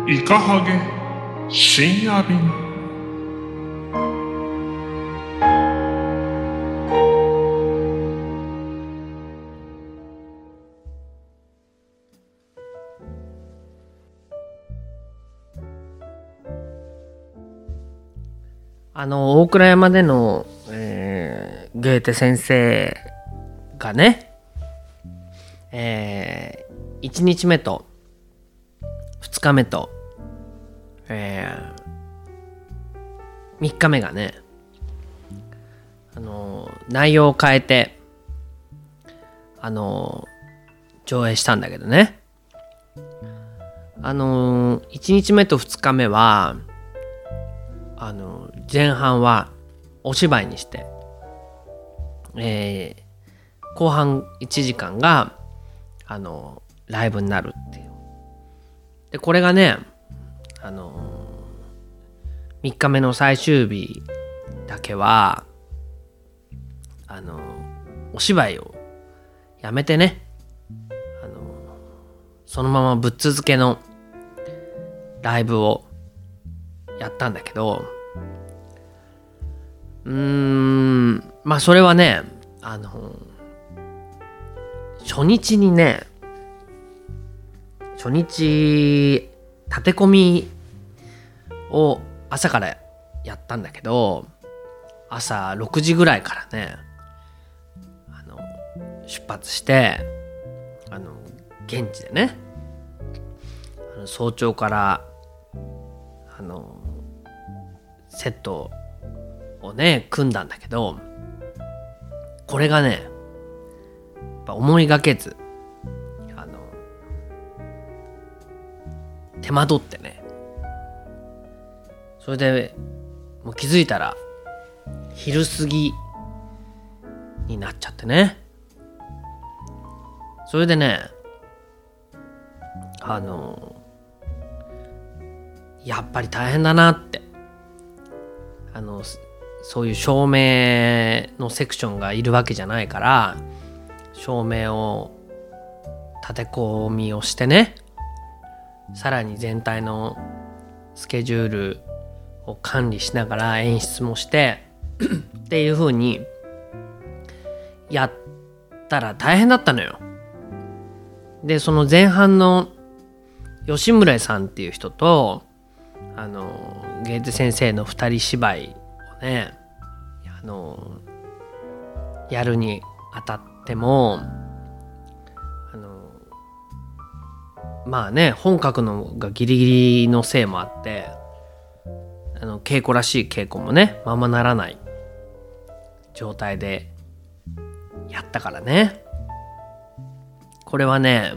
イカハゲ深夜便。 大倉山での、ゲーテ先生がね、1日目と2日目と、3日目がね、内容を変えて上映したんだけどね、1日目と2日目は前半はお芝居にして、後半1時間がライブになるっていう。でこれがね3日目の最終日だけはお芝居をやめてねそのままぶっ続けのライブをやったんだけど、まあそれはね初日立て込みを朝からやったんだけど、朝6時ぐらいからね出発して現地でね早朝からセットをね組んだんだけど、これがねやっぱ思いがけず手間取ってね、それでもう気づいたら昼過ぎになっちゃってね、それでねやっぱり大変だなってそういう照明のセクションがいるわけじゃないから、照明を立て込みをしてね、さらに全体のスケジュールを管理しながら演出もしてっていう風にやったら大変だったのよ。でその前半の吉村さんっていう人とゲーテ先生の二人芝居をねやるにあたってもまあね本格のがギリギリのせいもあって稽古らしい稽古もねままならない状態でやったからね、これはね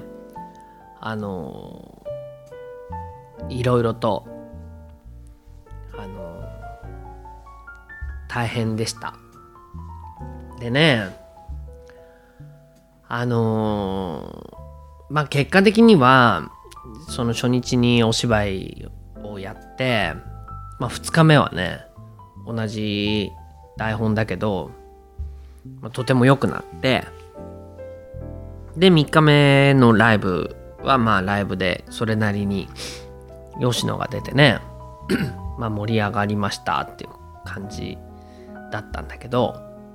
いろいろと大変でした。でねまあ結果的にはその初日にお芝居をやって、まあ、2日目はね同じ台本だけど、まあ、とても良くなって、で3日目のライブはまあライブでそれなりに吉野が出てねまあ盛り上がりましたっていう感じだったんだけど、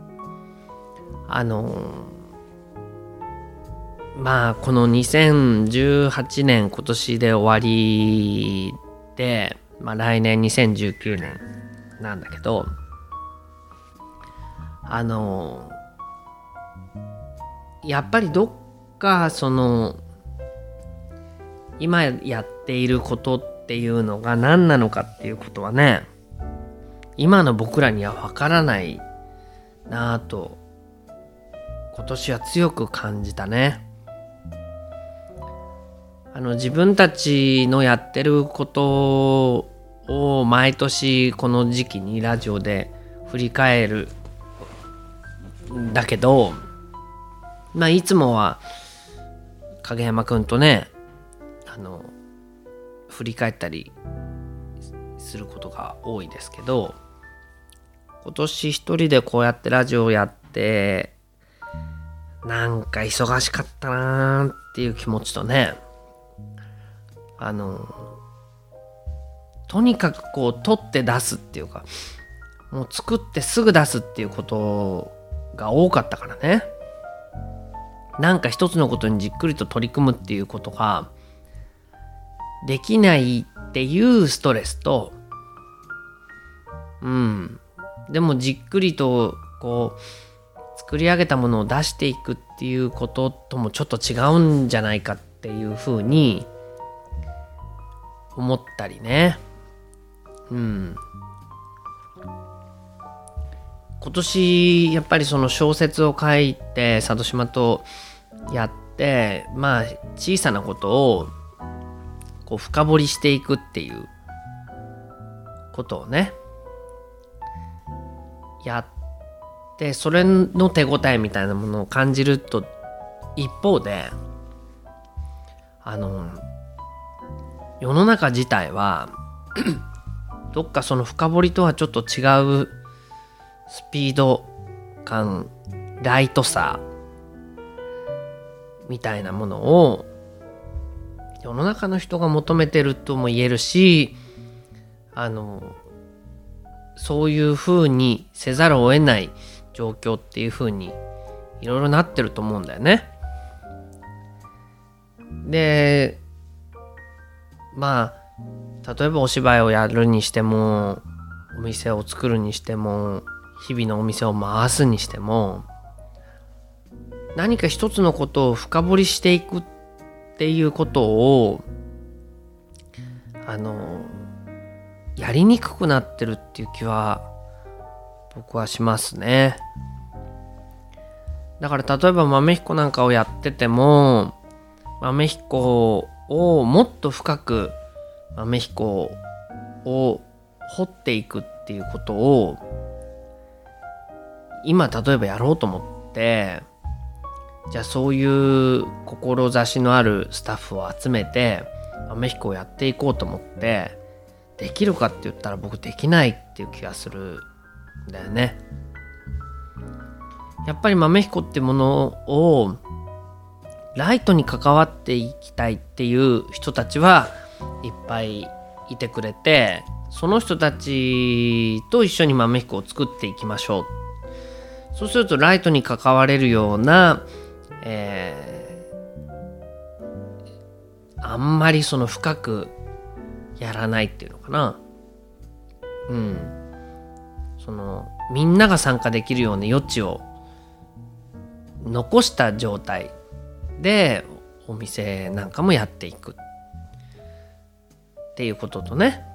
まあこの2018年今年で終わりで、まあ、来年2019年なんだけどやっぱりどっかその今やっていることっていうのが何なのかっていうことはね今の僕らには分からないなぁと今年は強く感じたね。自分たちのやってることを毎年この時期にラジオで振り返るんだけど、まあいつもは影山くんとね振り返ったりすることが多いですけど、今年一人でこうやってラジオをやってなんか忙しかったなーっていう気持ちとねとにかくこう取って出すっていうか、もう作ってすぐ出すっていうことが多かったからね。なんか一つのことにじっくりと取り組むっていうことができないっていうストレスと、でもじっくりとこう作り上げたものを出していくっていうことともちょっと違うんじゃないかっていうふうに思ったりね。今年やっぱりその小説を書いて佐渡島とやって、小さなことをこう深掘りしていくっていうことをねやって、それの手応えみたいなものを感じると一方で、世の中自体はどっかその深掘りとはちょっと違うスピード感、ライトさみたいなものを世の中の人が求めてるとも言えるし、そういう風にせざるを得ない状況っていう風にいろいろなってると思うんだよね。で、例えばお芝居をやるにしても、お店を作るにしても、日々のお店を回すにしても、何か一つのことを深掘りしていくっていうことをやりにくくなってるっていう気は僕はしますね。だから例えば豆彦なんかをやってても、豆彦をもっと深く豆彦を掘っていくっていうことを今例えばやろうと思って、じゃあそういう志のあるスタッフを集めて豆彦をやっていこうと思ってできるかって言ったら僕できないっていう気がするんだよね。やっぱり豆彦ってものをライトに関わっていきたいっていう人たちはいっぱいいてくれて、その人たちと一緒に豆彦を作っていきましょう。そうするとライトに関われるような、あんまりその深くやらないっていうのかな。そのみんなが参加できるような余地を残した状態でお店なんかもやっていくっていうこととね、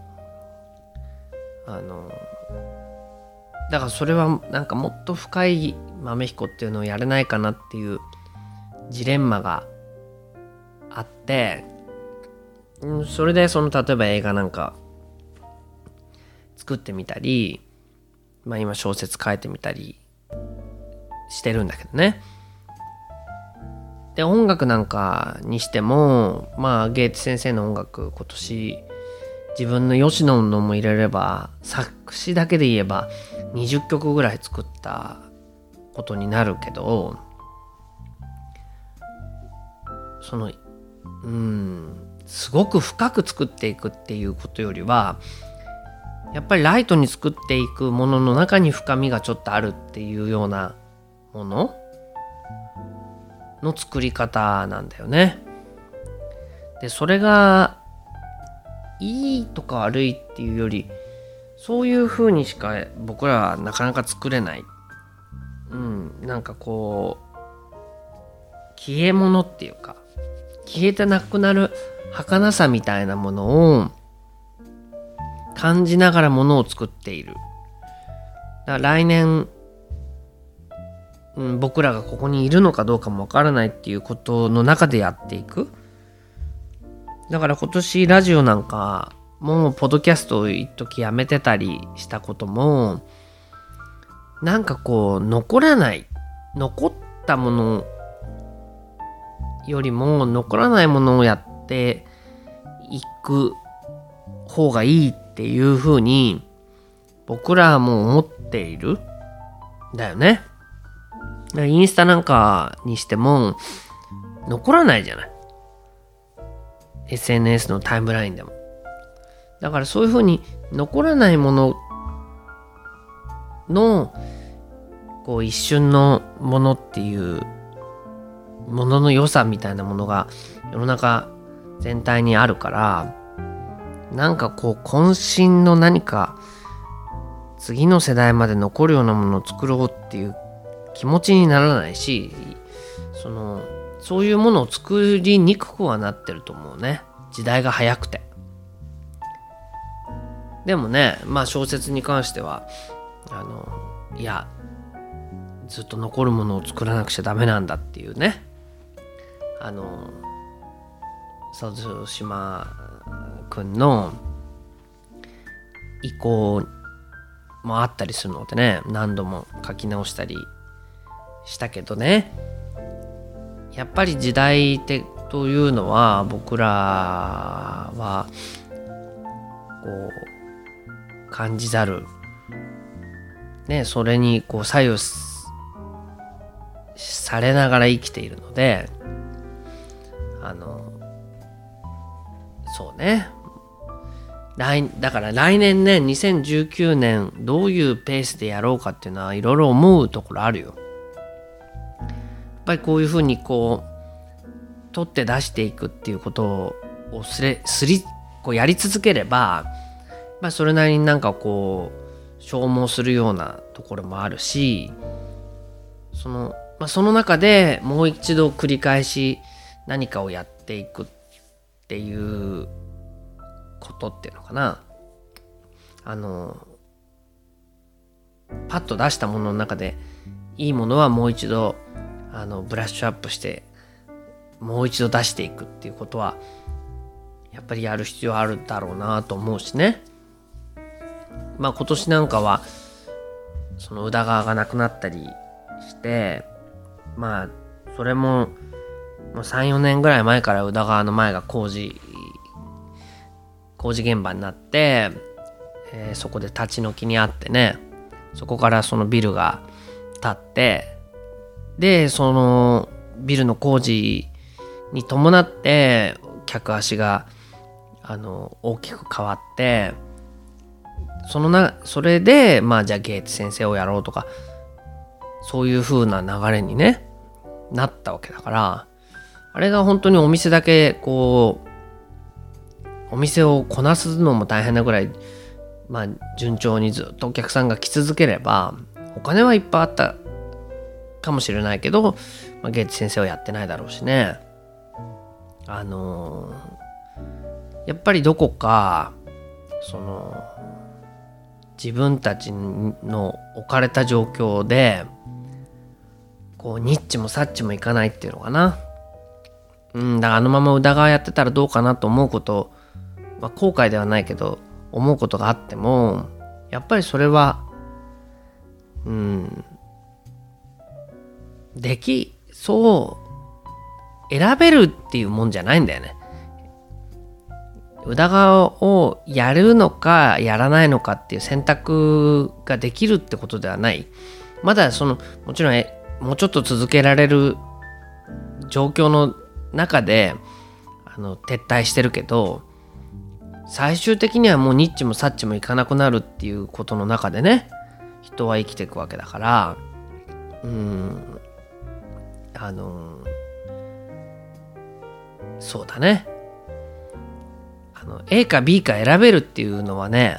だからそれはなんかもっと深い豆彦っていうのをやれないかなっていうジレンマがあって、それでその例えば映画なんか作ってみたり、今小説書いてみたりしてるんだけどね。で音楽なんかにしてもゲイツ先生の音楽今年自分の吉野のも入れれば作詞だけで言えば20曲ぐらい作ったことになるけど、そのすごく深く作っていくっていうことよりはやっぱりライトに作っていくものの中に深みがちょっとあるっていうようなものの作り方なんだよね。でそれがいいとか悪いっていうより、そういう風にしか僕らはなかなか作れない。なんかこう消え物っていうか消えてなくなる儚さみたいなものを感じながらものを作っている。だから来年、僕らがここにいるのかどうかもわからないっていうことの中でやっていく。だから今年ラジオなんかもうポッドキャストを一時やめてたりしたこともなんかこう残ったものよりも残らないものをやっていく方がいいっていうふうに僕らも思っているんだよね。インスタなんかにしても残らないじゃない、 SNS のタイムラインでも。 だからそういうふうに残らないもののこう一瞬のものっていうものの良さみたいなものが世の中全体にあるから、なんかこう渾身の何か次の世代まで残るようなものを作ろうっていう気持ちにならないし、そういうものを作りにくくはなってると思うね、時代が早くて。でもね、小説に関してはいやずっと残るものを作らなくちゃダメなんだっていうね、佐渡島くんの意向もあったりするのでね、何度も書き直したりしたけどね、やっぱり時代というのは僕らはこう感じざるね、それにこう左右されながら生きているので、そうね、だから来年ね、2019年どういうペースでやろうかっていうのはいろいろ思うところあるよ。やっぱりこういうふうにこう取って出していくっていうことをこうやり続ければ、それなりになんかこう消耗するようなところもあるし、その中でもう一度繰り返し何かをやっていくっていうことっていうのかな、パッと出したものの中でいいものはもう一度ブラッシュアップしてもう一度出していくっていうことはやっぱりやる必要あるだろうなと思うしね。今年なんかはその宇田川がなくなったりして、それも3、4年ぐらい前から宇田川の前が工事現場になって、そこで立ち退きにあってね、そこからそのビルが建って、でそのビルの工事に伴って客足が大きく変わって、それでじゃあゲイツ先生をやろうとか、そういう風な流れにねなったわけだから、あれが本当にお店だけこうお店をこなすのも大変なぐらい順調にずっとお客さんが来続ければ、お金はいっぱいあったかもしれないけど、ゲイツ先生はやってないだろうしね。やっぱりどこか自分たちの置かれた状況でこうニッチもサッチもいかないっていうのかな。だからまま宇田川やってたらどうかなと思うこと、後悔ではないけど思うことがあっても、やっぱりそれはそう選べるっていうもんじゃないんだよね。宇田川をやるのかやらないのかっていう選択ができるってことではない。まだもちろんもうちょっと続けられる状況の中で撤退してるけど、最終的にはもうニッチもサッチもいかなくなるっていうことの中でね、人は生きていくわけだから、そうだね、A か B か選べるっていうのはね、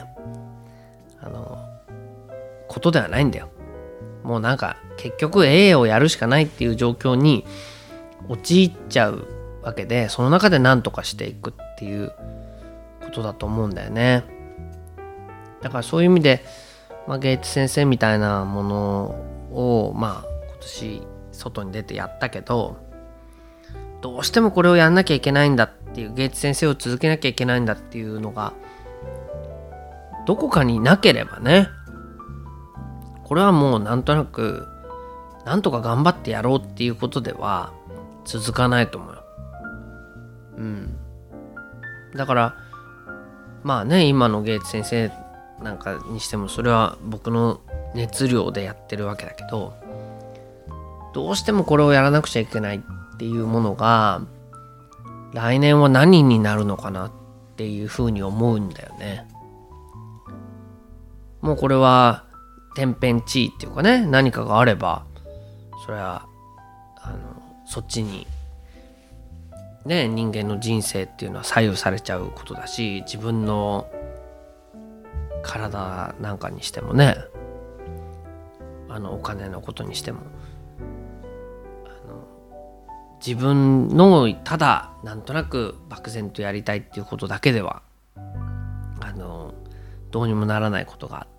ことではないんだよ。もうなんか結局 A をやるしかないっていう状況に陥っちゃうわけで、その中で何とかしていくっていうことだと思うんだよね。だからそういう意味で、ゲイツ先生みたいなものを今年外に出てやったけど、どうしてもこれをやんなきゃいけないんだっていう、ゲイツ先生を続けなきゃいけないんだっていうのがどこかになければね、これはもうなんとなくなんとか頑張ってやろうっていうことでは続かないと思うよ。だから今のゲイツ先生なんかにしても、それは僕の熱量でやってるわけだけど、どうしてもこれをやらなくちゃいけないっていうものが来年は何になるのかなってっていうふうに思うんだよね。もうこれは天変地異っていうかね、何かがあればそれはそっちにね、人間の人生っていうのは左右されちゃうことだし、自分の体なんかにしてもね、お金のことにしても自分のただなんとなく漠然とやりたいっていうことだけではどうにもならないことがあって、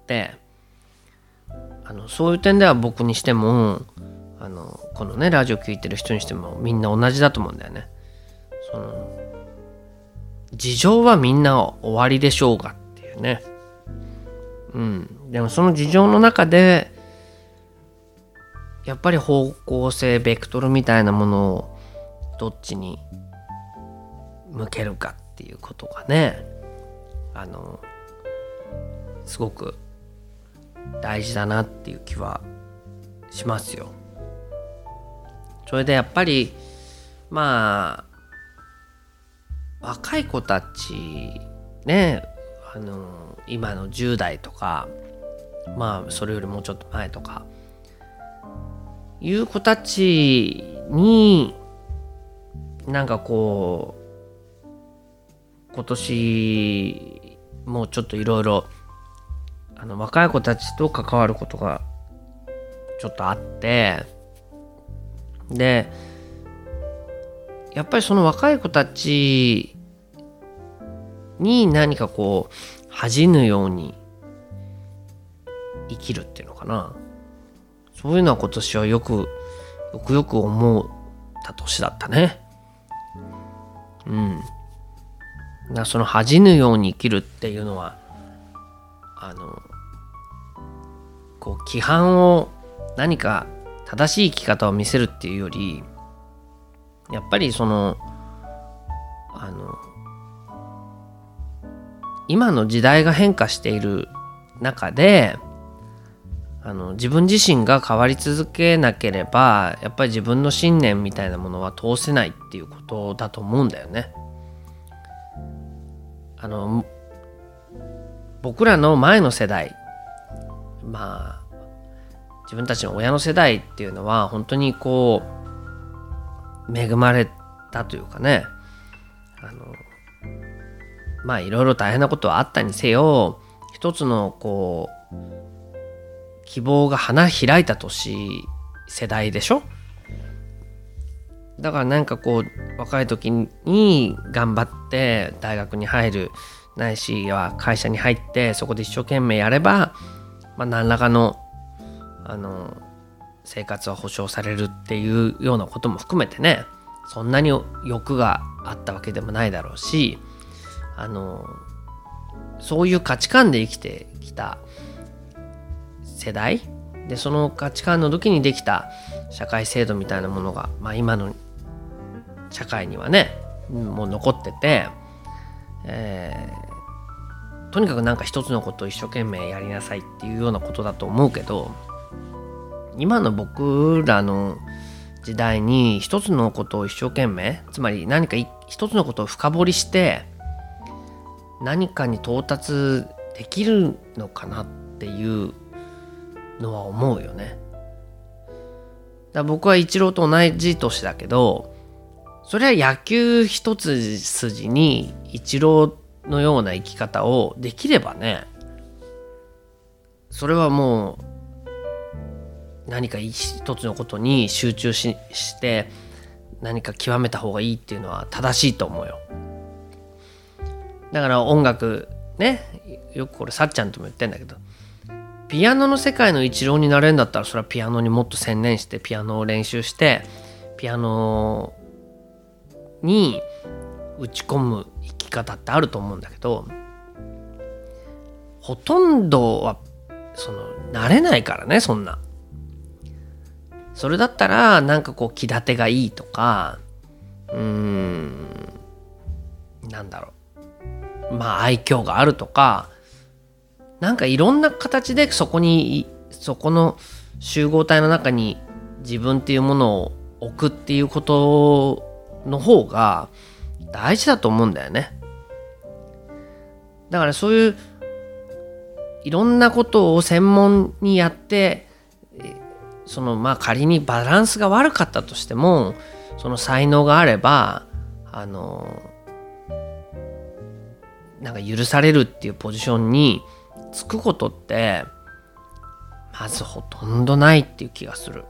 そういう点では僕にしてもこのねラジオ聞いてる人にしてもみんな同じだと思うんだよね。その事情はみんな終わりでしょうがっていうね。でもその事情の中でやっぱり方向性ベクトルみたいなものをどっちに向けるかっていうことがねすごく大事だなっていう気はしますよ。それでやっぱりまあ若い子たちね、今の10代とかまあそれよりもうちょっと前とかいう子たちになんかこう今年もうちょっといろいろ若い子たちと関わることがちょっとあって、でやっぱりその若い子たちに何かこう恥じぬように生きるっていうのかな、そういうのは今年はよく思った年だったね。その恥じぬように生きるっていうのはこう規範を何か正しい生き方を見せるっていうより、やっぱりその今の時代が変化している中で自分自身が変わり続けなければやっぱり自分の信念みたいなものは通せないっていうことだと思うんだよね。僕らの前の世代、まあ自分たちの親の世代っていうのは本当にこう恵まれたというかね、まあいろいろ大変なことはあったにせよ、一つのこう希望が花開いた世代でしょ。だからなんかこう若い時に頑張って大学に入る、ないしは会社に入ってそこで一生懸命やれば、何らかの生活は保障されるっていうようなことも含めてね、そんなに欲があったわけでもないだろうし、そういう価値観で生きてきた世代で、その価値観の時にできた社会制度みたいなものが、今の社会にはねもう残ってて、とにかくなんか一つのことを一生懸命やりなさいっていうようなことだと思うけど、今の僕らの時代に一つのことを一生懸命、つまり何か一つのことを深掘りして何かに到達できるのかなっていうのは思うよね。だから僕はイチローと同じ年だけど、それは野球一筋にイチローのような生き方をできればね、それはもう何か一つのことに集中して何か極めた方がいいっていうのは正しいと思うよ。だから音楽ね、よくこれさっちゃんとも言ってんだけど、ピアノの世界のイチローになれるんだったらそれはピアノにもっと専念してピアノを練習してピアノに打ち込む生き方ってあると思うんだけど、ほとんどはなれないからね。そんなそれだったらなんかこう気立てがいいとかなんだろう、愛嬌があるとか、なんかいろんな形でそこの集合体の中に自分っていうものを置くっていうことの方が大事だと思うんだよね。 だからそういういろんなことを専門にやって、そのまあ仮にバランスが悪かったとしても、その才能があればなんか許されるっていうポジションにつくことってまずほとんどないっていう気がする。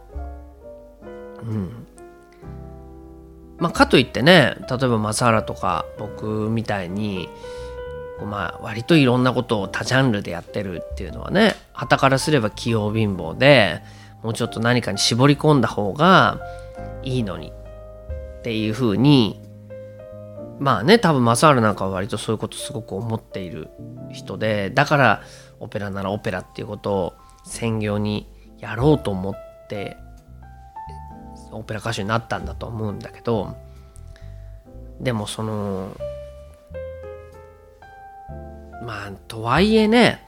まあかといってね、例えば松原とか僕みたいにまあ割といろんなことを多ジャンルでやってるっていうのはね、傍からすれば器用貧乏で、もうちょっと何かに絞り込んだ方がいいのにっていう風に、まあね、多分松原なんかは割とそういうことすごく思っている人で、だからオペラならオペラっていうことを専業にやろうと思ってオペラ歌手になったんだと思うんだけど、でもそのまあとはいえね、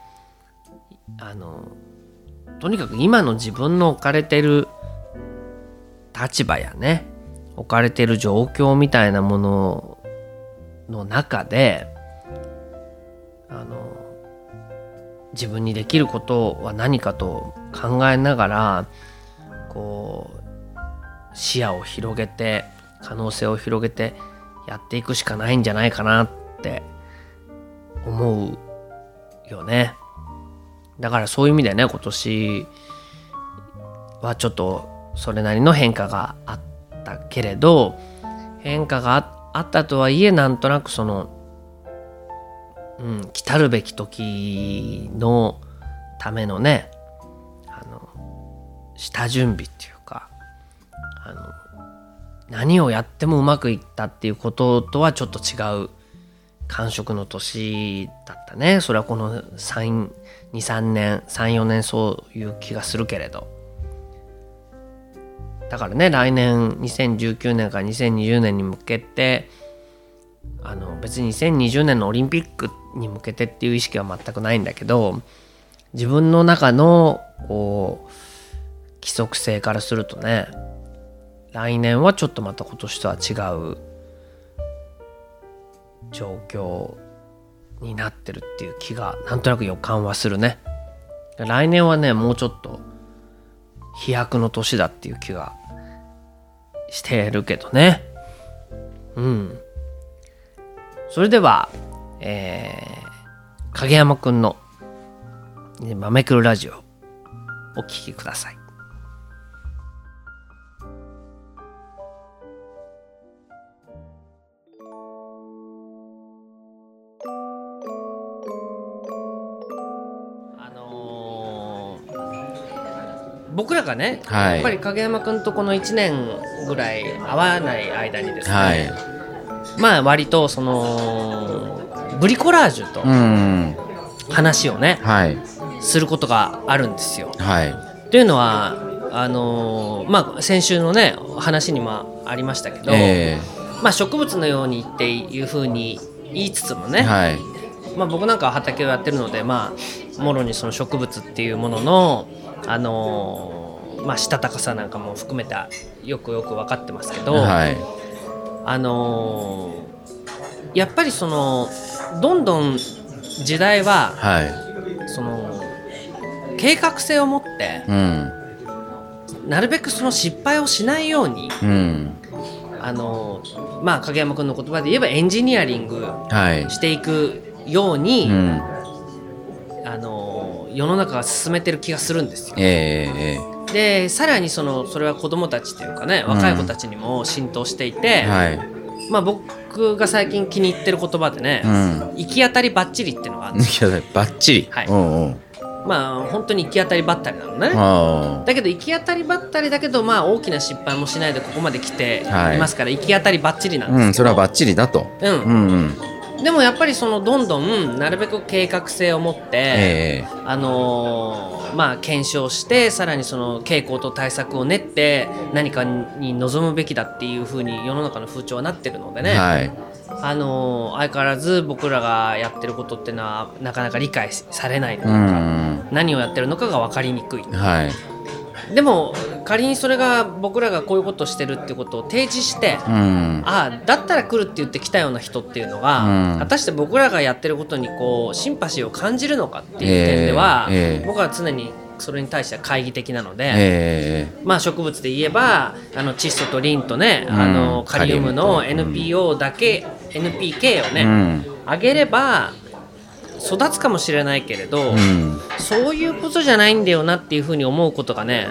とにかく今の自分の置かれてる立場やね、置かれてる状況みたいなものの中で自分にできることは何かと考えながらこう視野を広げて可能性を広げてやっていくしかないんじゃないかなって思うよね。だからそういう意味でね、今年はちょっとそれなりの変化があったけれど、変化があったとはいえ、なんとなくその来たるべき時のためのね、下準備っていうか、何をやってもうまくいったっていうこととはちょっと違う感触の年だったね。それはこの2、3年3、4年そういう気がするけれど、だからね、来年2019年から2020年に向けて別に2020年のオリンピックに向けてっていう意識は全くないんだけど、自分の中のこう規則性からするとね、来年はちょっとまた今年とは違う状況になってるっていう気がなんとなく予感はするね。来年はね、もうちょっと飛躍の年だっていう気がしてるけどね。それでは、影山くんの豆くるラジオお聞きください。僕らがね、やっぱり影山くんとこの1年ぐらい会わない間にですね、まあ割とそのブリコラージュと話をね、することがあるんですよ。というのはまあ先週のね話にもありましたけど、まあ植物のようにっていうふうに言いつつもね、まあ僕なんかは畑をやってるので、まあもろにその植物っていうもののまあしたたかさなんかも含めたよく分かってますけど、やっぱりそのどんどん時代は、その計画性を持って、なるべくその失敗をしないように、まあ影山君の言葉で言えばエンジニアリングしていくように、世の中が進めてる気がするんですよ。でさらにそれは子どもたちというかね、若い子たちにも浸透していて、まあ僕が最近気に入ってる言葉でね、行き当たりばっちりっていうのがあるんですよ。 行き当たりばっちり、 まあ本当に行き当たりばったりなのね。だけど行き当たりばったりだけど、まあ大きな失敗もしないでここまで来ていますから、行き当たりばっちりなんですけど、 それはばっちりだと。 でもやっぱりそのどんどんなるべく計画性を持って、まあ検証して、さらにその傾向と対策を練って何かに臨むべきだっていう風に世の中の風潮はなってるのでね、相変わらず僕らがやってることっていうのはなかなか理解されないというか、何をやってるのかが分かりにくい、 でも仮にそれが僕らがこういうことをしてるってことを提示して、だったら来るって言って来たような人っていうのが、果たして僕らがやってることにこうシンパシーを感じるのかっていう点では、僕は常にそれに対しては懐疑的なので、植物で言えば窒素とリンとね、カリウムの NPO だけ、NPK をね、上げれば育つかもしれないけれど、そういうことじゃないんだよなっていうふうに思うことがね、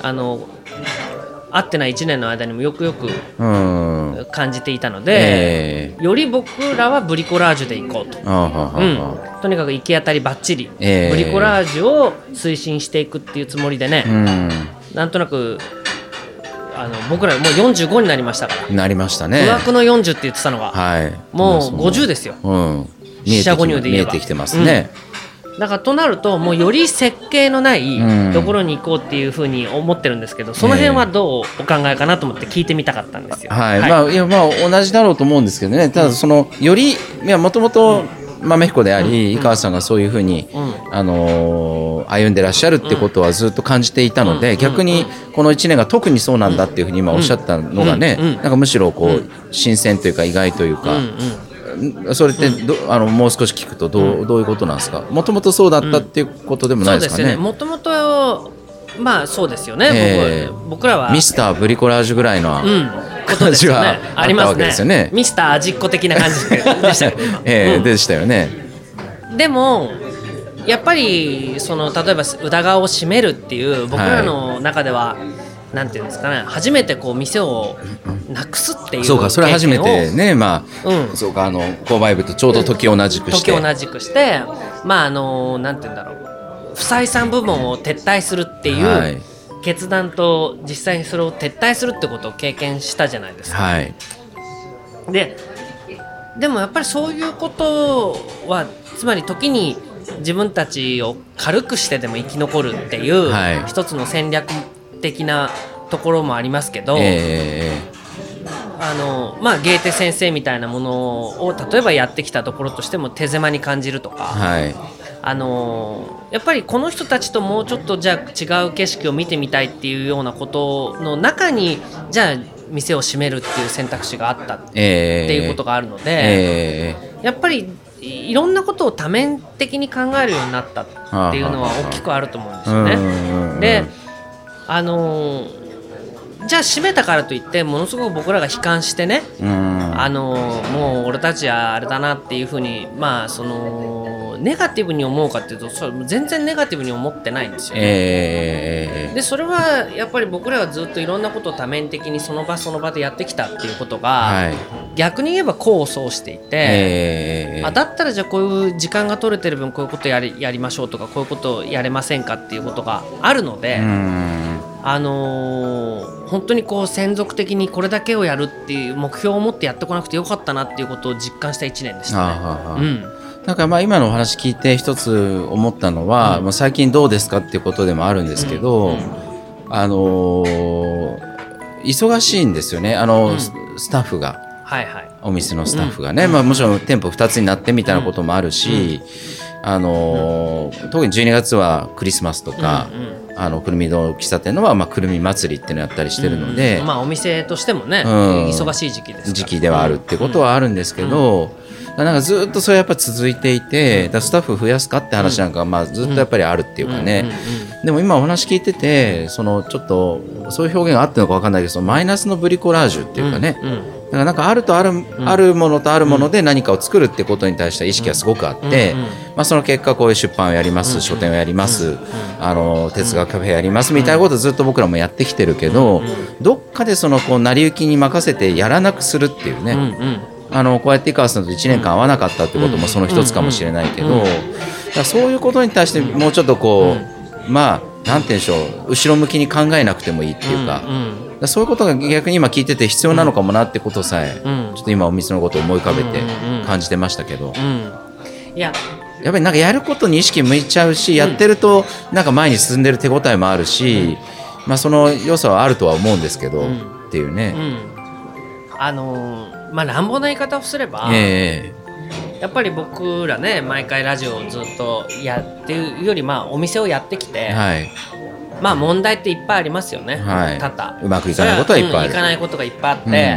会ってない1年の間にもよく感じていたので、より僕らはブリコラージュでいこうと、とにかく行き当たりばっちり、ブリコラージュを推進していくっていうつもりでね、なんとなく僕らもう45になりましたから。 なりましたね。 不惑の40って言ってたのが、もう50ですよ。四捨五入で言えば見えてきてますね。 だからとなるともうより設計のないところに行こうっていうふうに思ってるんですけど、その辺はどうお考えかなと思って聞いてみたかったんですよ。 同じだろうと思うんですけどね。ただそのよりもともと豆彦であり井川さんがそういうふうに歩んでらっしゃるってことはずっと感じていたので、逆にこの1年が特にそうなんだっていうふうに今おっしゃったのがね、なんかむしろこう新鮮というか意外というか、それってもう少し聞くとどういうことなんですか。もともとそうだったっていうことでもないですかね。 もともとそうですよね。僕らはミスターブリコラージュぐらいの感じはあったわけですよね。 ミスター味っ子的な感じでしたよね。 でしたよね。 でもやっぱり例えば宇田川を閉めるっていう僕らの中では、なんていうんですかね、初めてこう店をなくすっていう経験を、 そうか、それ初めてね、そうか、購買部とちょうど時を同じくしてなんていうんだろう、不採算部門を撤退するっていう決断と、実際にそれを撤退するってことを経験したじゃないですか。でもやっぱりそういうことは、つまり時に自分たちを軽くしてでも生き残るっていう、一つの戦略的なところもありますけど、ゲーテ先生みたいなものを例えばやってきたところとしても手狭に感じるとか、やっぱりこの人たちともうちょっとじゃあ違う景色を見てみたいっていうようなことの中に、じゃあ店を閉めるっていう選択肢があったっていうことがあるので、やっぱりいろんなことを多面的に考えるようになったっていうのは大きくあると思うんですよね。でじゃあ閉めたからといってものすごく僕らが悲観してね、もう俺たちはあれだなっていうふうにネガティブに思うかっていうと、それ全然ネガティブに思ってないんですよね。でそれはやっぱり僕らはずっといろんなことを多面的にその場その場でやってきたっていうことが、逆に言えば功を奏していて、だったらじゃあこういう時間が取れてる分こういうことやりましょうとか、こういうことをやれませんかっていうことがあるので、本当にこう専属的にこれだけをやるっていう目標を持ってやってこなくてよかったなっていうことを実感した1年でしたね。 なんか今のお話聞いて一つ思ったのは、もう最近どうですかっていうことでもあるんですけど、忙しいんですよね、スタッフが、お店のスタッフがね、もちろん店舗2つになってみたいなこともあるし、特に12月はクリスマスとか、くるみの喫茶店のはくるみ祭りっていうのをやったりしてるので、 お店としてもね、忙しい時期ですから、 時期ではあるってことはあるんですけど、なんかずっとそれやっぱ続いていて、スタッフ増やすかって話なんかずっとやっぱりあるっていうかね。でも今お話聞いてて、ちょっとそういう表現があってるのか分かんないけど、マイナスのブリコラージュっていうかね、だからなんかあるものとあるもので何かを作るってことに対しては意識がすごくあって、その結果こういう出版をやります、書店をやります、哲学カフェやりますみたいなことをずっと僕らもやってきてるけど、どっかでこう成り行きに任せてやらなくするっていうね、こうやって井川さんと1年間会わなかったってこともその一つかもしれないけど、だからそういうことに対してもうちょっとこう、なんて言うんでしょう、後ろ向きに考えなくてもいいっていうか、そういうことが逆に今聞いてて必要なのかもなってことさえ、ちょっと今お店のことを思い浮かべて感じてましたけど、やっぱりなんかやることに意識向いちゃうし、やってるとなんか前に進んでる手応えもあるし、その良さはあるとは思うんですけど、っていうね。 乱暴な言い方をすれば、やっぱり僕らね、毎回ラジオをずっとやってるよりお店をやってきて、 まあ問題っていっぱいありますよね、 はい、 多々 うまくいかないことはいっぱいある、 いかないことがいっぱいあって、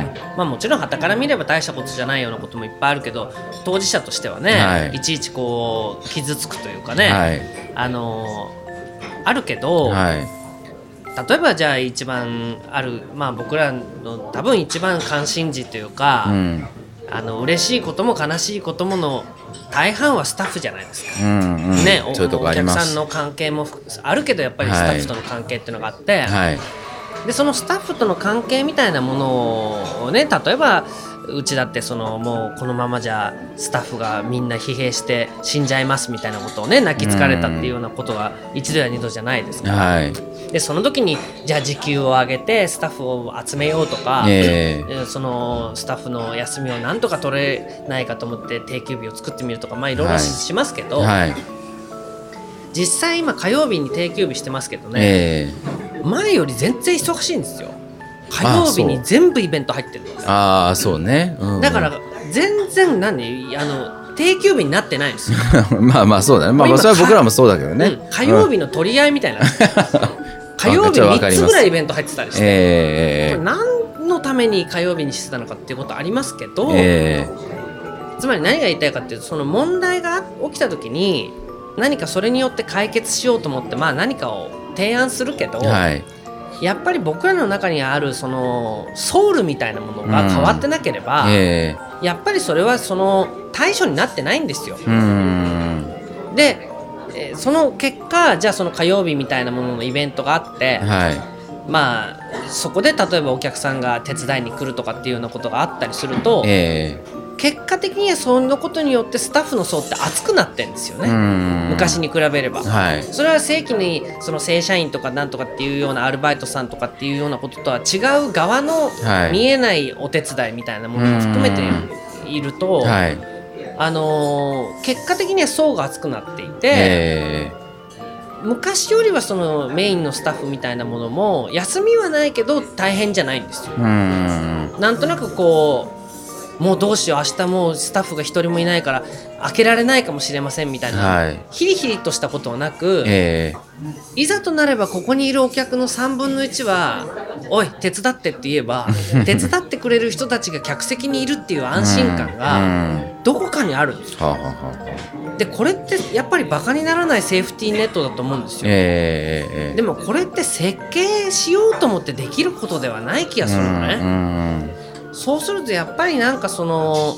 まあ、もちろん傍から見れば大したことじゃないようなこともいっぱいあるけど、当事者としてはね、はい、いちいちこう傷つくというかね、はい、あるけど、はい、例えばじゃあ一番ある、まあ、僕らの多分一番関心事というか、嬉しいことも悲しいこともの大半はスタッフじゃないですか、ね、そういうとこあります。お客さんの関係もあるけどやっぱりスタッフとの関係っていうのがあって、はい、でそのスタッフとの関係みたいなものをね、例えばうちだってもうこのままじゃスタッフがみんな疲弊して死んじゃいますみたいなことをね、泣き疲れたっていうようなことが一度や二度じゃないですか、はい、でその時にじゃあ時給を上げてスタッフを集めようとか、そのスタッフの休みをなんとか取れないかと思って定休日を作ってみるとか、まあいろいろしますけど、はいはい、実際今火曜日に定休日してますけどね、前より全然忙しいんですよ。火曜日に全部イベント入ってるんです。 ああそうね、 だから全然定休日になってないんですよまあまあそうだね、まあそれは僕らもそうだけどね、 火曜日の取り合いみたいな火曜日3つぐらいイベント入ってたりして、これ何のために火曜日にしてたのかっていうことありますけど、つまり何が言いたいかっていうと、その問題が起きた時に何かそれによって解決しようと思って、まあ何かを提案するけど、はい、やっぱり僕らの中にあるそのソウルみたいなものが変わってなければ、やっぱりそれはその対処になってないんですよ。で、その結果じゃあその火曜日みたいなもののイベントがあって、はい、まあそこで例えばお客さんが手伝いに来るとかっていうようなことがあったりすると、結果的にはそのことによってスタッフの層って厚くなってるんですよね、昔に比べれば、はい、それは正規にその正社員とかなんとかっていうようなアルバイトさんとかっていうようなこととは違う側の見えないお手伝いみたいなものも含めていると、はい、結果的には層が厚くなっていて、昔よりはそのメインのスタッフみたいなものも休みはないけど大変じゃないんですよ。なんとなくこうもうどうしよう、明日もうスタッフが一人もいないから開けられないかもしれませんみたいな、はい、ヒリヒリとしたことはなく、いざとなればここにいるお客の3分の1はおい手伝ってって言えば手伝ってくれる人たちが客席にいるっていう安心感がどこかにあるんですよ。でこれってやっぱりバカにならないセーフティーネットだと思うんですよ、でもこれって設計しようと思ってできることではない気がするのね。そうするとやっぱりなんかその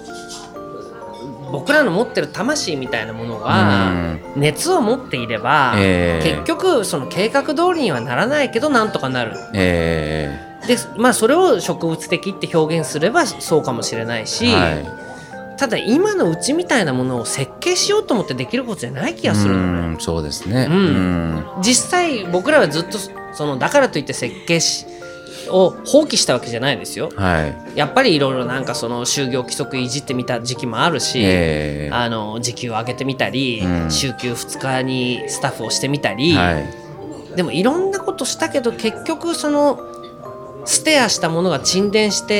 僕らの持ってる魂みたいなものが熱を持っていれば、結局その計画通りにはならないけどなんとかなる、でまあそれを植物的って表現すればそうかもしれないし、ただ今のうちみたいなものを設計しようと思ってできることじゃない気がするのね。 そうですね、 実際僕らはずっとだからといって設計を放棄したわけじゃないですよ、はい、やっぱりいろいろなんかその就業規則いじってみた時期もあるし、時給を上げてみたり、週休2日にスタッフをしてみたり、でもいろんなことしたけど結局そのステアしたものが沈殿して、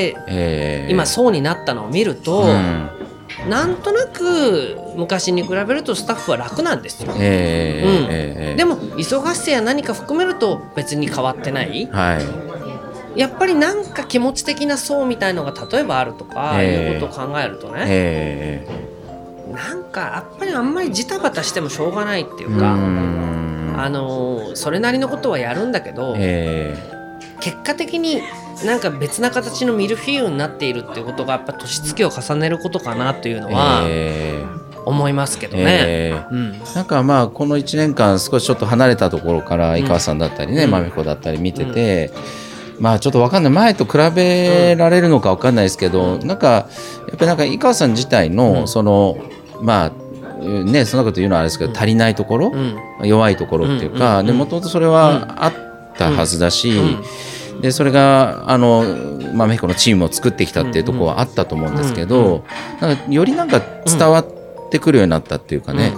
今そうになったのを見ると、なんとなく昔に比べるとスタッフは楽なんですよ、でも忙しさや何か含めると別に変わってない、やっぱりなんか気持ち的な層みたいのが例えばあるとかいうことを考えるとね、なんかやっぱりあんまりジタバタしてもしょうがないっていうか、それなりのことはやるんだけど、結果的になんか別な形のミルフィーユになっているっていうことがやっぱ年月を重ねることかなというのは思いますけどね、 なんかまあこの1年間少しちょっと離れたところから井川さんだったりね、まみこだったり見てて、まあちょっと分かんない、前と比べられるのか分かんないですけど、なんかやっぱりなんか井川さん自体のそのまあね、そんなこと言うのはあれですけど、足りないところ、弱いところっていうか、でもともとそれはあったはずだし、でそれがまみこのチームを作ってきたっていうところはあったと思うんですけど、なんかよりなんか伝わってくるようになったっていうかね、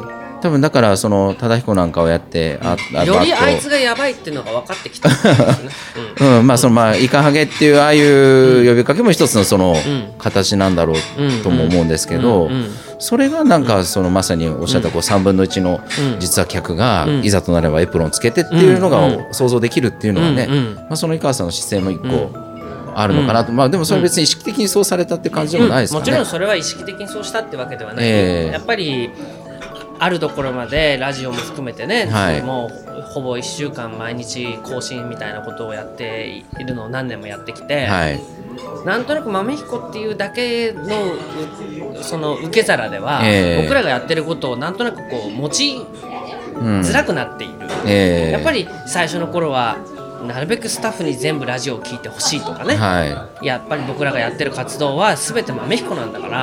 多分だからその忠彦なんかをやってよりあいつがやばいっていうのが分かってきたんですね、 まあそのまあイカハゲっていうああいう呼びかけも一つのその形なんだろうとも思うんですけど、それがなんかそのまさにおっしゃったこう3分の1の実は客がいざとなればエプロンつけてっていうのが想像できるっていうのはね、まあその井川さんの姿勢も一個あるのかなと、まあでもそれは別に意識的にそうされたって感じでもないですかね。 もちろんそれは意識的にそうしたってわけではない、やっぱりあるところまでラジオも含めてね、もうほぼ1週間毎日更新みたいなことをやっているのを何年もやってきて、なんとなく豆彦っていうだけのその受け皿では、僕らがやってることをなんとなくこう持ちづらくなっている、やっぱり最初の頃はなるべくスタッフに全部ラジオを聞いてほしいとかね、やっぱり僕らがやってる活動は全て豆彦なんだから、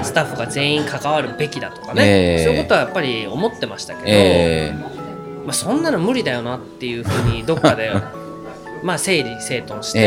スタッフが全員関わるべきだとかね、そういうことはやっぱり思ってましたけど、まあ、そんなの無理だよなっていうふうにどっかでまあ整理整頓して、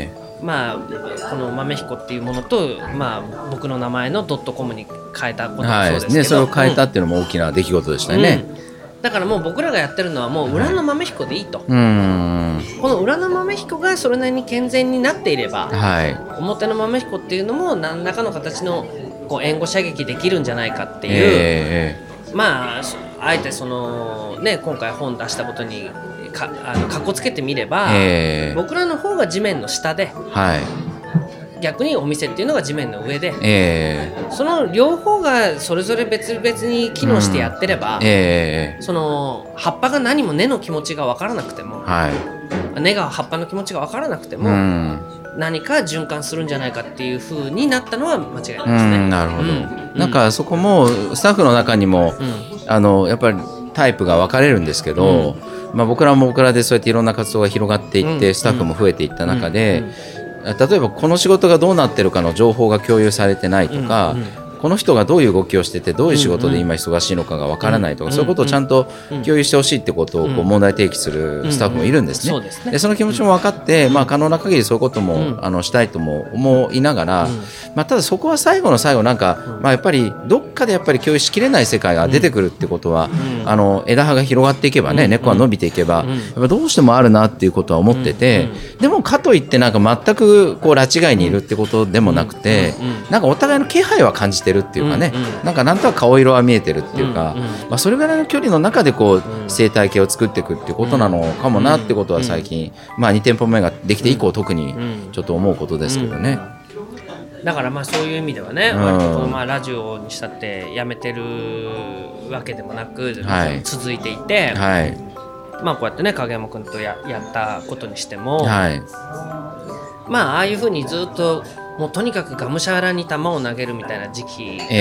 まあ、この豆彦っていうものと、まあ、僕の名前の.com に変えたこともそうですけど、 それを変えたっていうのも大きな出来事でしたよね、 だからもう僕らがやってるのはもう裏の豆彦でいいと、この裏の豆彦がそれなりに健全になっていれば、表の豆彦っていうのも何らかの形のこう援護射撃できるんじゃないかっていう、まああえてそのね今回本出したことにかっこつけてみれば、僕らの方が地面の下で、逆にお店っていうのが地面の上で、その両方がそれぞれ別々に機能してやってれば、その葉っぱが何も根の気持ちが分からなくても、根が葉っぱの気持ちが分からなくても、何か循環するんじゃないかっていう風になったのは間違いないですね。 なるほど、なんかそこもスタッフの中にも、やっぱりタイプが分かれるんですけど、まあ、僕らも僕らでそうやっていろんな活動が広がっていって、スタッフも増えていった中で、例えばこの仕事がどうなってるかの情報が共有されてないとか、この人がどういう動きをしててどういう仕事で今忙しいのかがわからないとか、そういうことをちゃんと共有してほしいってことをこう問題提起するスタッフもいるんですね。でその気持ちも分かって、まあ、可能な限りそういうこともしたいとも思いながら、まあ、ただそこは最後の最後なんか、まあ、やっぱりどっかでやっぱり共有しきれない世界が出てくるってことは、枝葉が広がっていけばね、根っこが伸びていけば、やっぱどうしてもあるなっていうことは思ってて、でもかといってなんか全くこう拉致外にいるってことでもなくて、なんかお互いの気配は感じてるっていうかね、なんとなく顔色は見えてるっていうか、まあ、それぐらいの距離の中でこう生態系を作っていくっていうことなのかもなってことは最近、まあ、2店舗目ができて以降特にちょっと思うことですけどね。 だからまあそういう意味ではね、割とこのまあラジオにしたってやめてるわけでもなく続いていて、まあこうやってね影山君とやったことにしても、まあああいうふうにずっともうとにかくがむしゃらに球を投げるみたいな時期があって、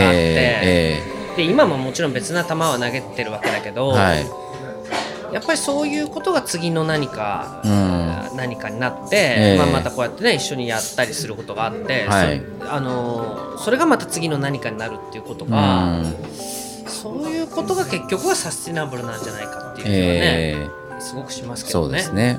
で今ももちろん別な球は投げてるわけだけど、やっぱりそういうことが次の何かになって、まあ、またこうやってね一緒にやったりすることがあって、それがまた次の何かになるっていうことが、そういうことが結局はサスティナブルなんじゃないかっていう気はね、すごくしますけどね。 そうですね、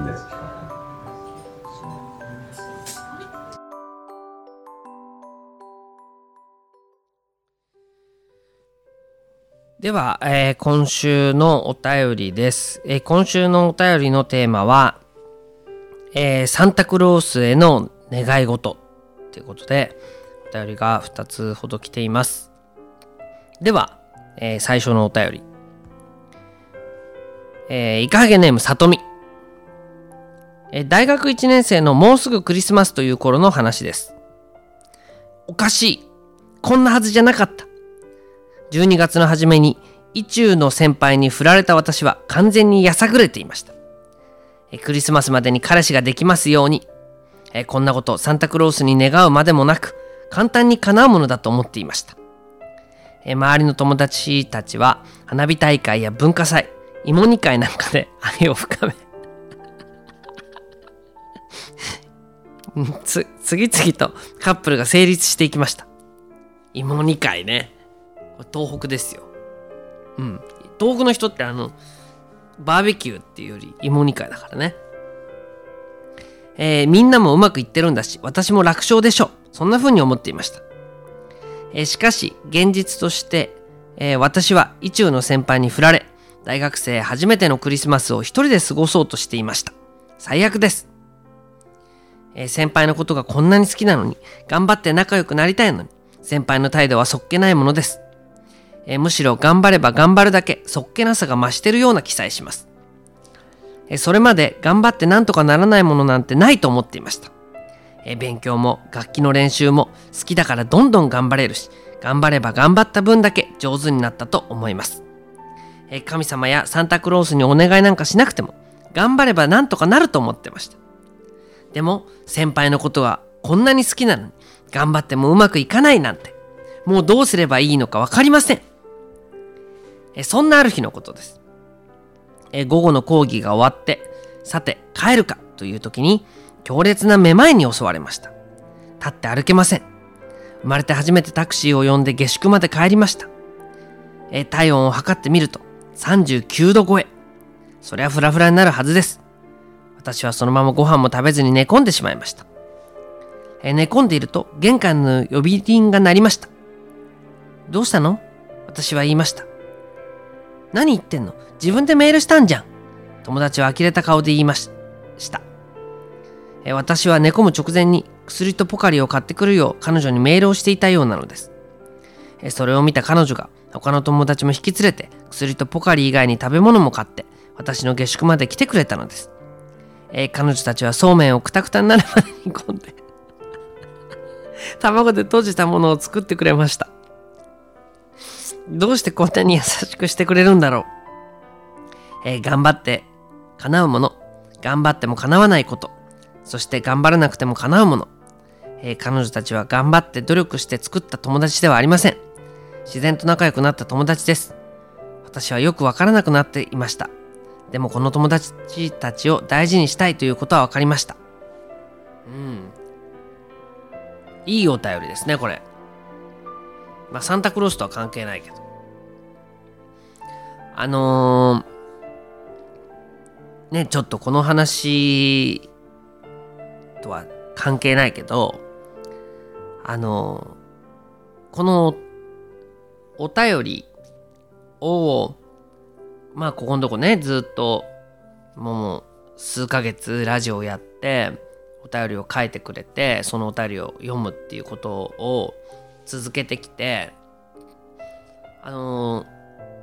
では、今週のお便りです。今週のお便りのテーマは、サンタクロースへの願い事ということで、お便りが2つほど来ています。では、最初のお便り。イカハゲネームさとみ。大学1年生のもうすぐクリスマスという頃の話です。おかしい。こんなはずじゃなかった。12月の初めに意中の先輩に振られた私は完全にやさぐれていました。クリスマスまでに彼氏ができますように。こんなことサンタクロースに願うまでもなく簡単に叶うものだと思っていました。周りの友達たちは花火大会や文化祭、芋煮会なんかで愛を深め次々とカップルが成立していきました。芋煮会ね、東北ですよ。東北の人ってバーベキューっていうより芋煮会だからね。みんなもうまくいってるんだし、私も楽勝でしょう。そんな風に思っていました。しかし現実として、 私は意中の先輩に振られ、大学生初めてのクリスマスを一人で過ごそうとしていました。最悪です。先輩のことがこんなに好きなのに、頑張って仲良くなりたいのに、先輩の態度はそっけないものです。むしろ頑張れば頑張るだけそっけなさが増してるような気さえします。それまで頑張ってなんとかならないものなんてないと思っていました。勉強も楽器の練習も好きだからどんどん頑張れるし、頑張れば頑張った分だけ上手になったと思います。神様やサンタクロースにお願いなんかしなくても頑張ればなんとかなると思ってました。でも先輩のことはこんなに好きなのに頑張ってもうまくいかないなんて、もうどうすればいいのかわかりません。そんなある日のことです。午後の講義が終わって、さて帰るかという時に強烈なめまいに襲われました。立って歩けません。生まれて初めてタクシーを呼んで下宿まで帰りました。体温を測ってみると39度超え。そりゃフラフラになるはずです。私はそのままご飯も食べずに寝込んでしまいました。寝込んでいると玄関の呼び鈴が鳴りました。どうしたの？私は言いました。何言ってんの？自分でメールしたんじゃん。友達は呆れた顔で言いました。私は寝込む直前に薬とポカリを買ってくるよう彼女にメールをしていたようなのです。それを見た彼女が他の友達も引き連れて薬とポカリ以外に食べ物も買って私の下宿まで来てくれたのです。彼女たちはそうめんをくたくたになるまで煮込んで卵で閉じたものを作ってくれました。どうしてこんなに優しくしてくれるんだろう。頑張って叶うもの、頑張っても叶わないこと、そして頑張らなくても叶うもの。彼女たちは頑張って努力して作った友達ではありません。自然と仲良くなった友達です。私はよくわからなくなっていました。でもこの友達たちを大事にしたいということはわかりました。いいお便りですね、これ。サンタクロースとは関係ないけど。ちょっとこの話とは関係ないけど、このお便りを、ここのとこね、ずっともう数ヶ月ラジオやって、お便りを書いてくれて、そのお便りを読むっていうことを続けてきて、も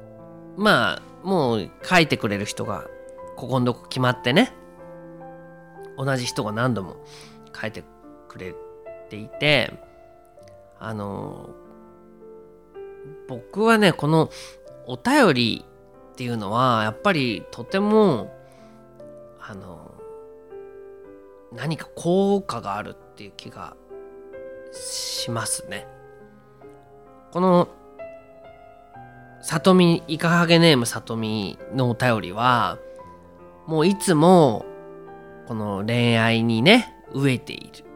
う書いてくれる人がここのとこ決まってね、同じ人が何度も書いてくれていて、僕はね、このお便りっていうのはやっぱりとても何か効果があるっていう気がしますね。この里見イカハゲネーム里見のお便りはもういつもこの恋愛にね飢えている、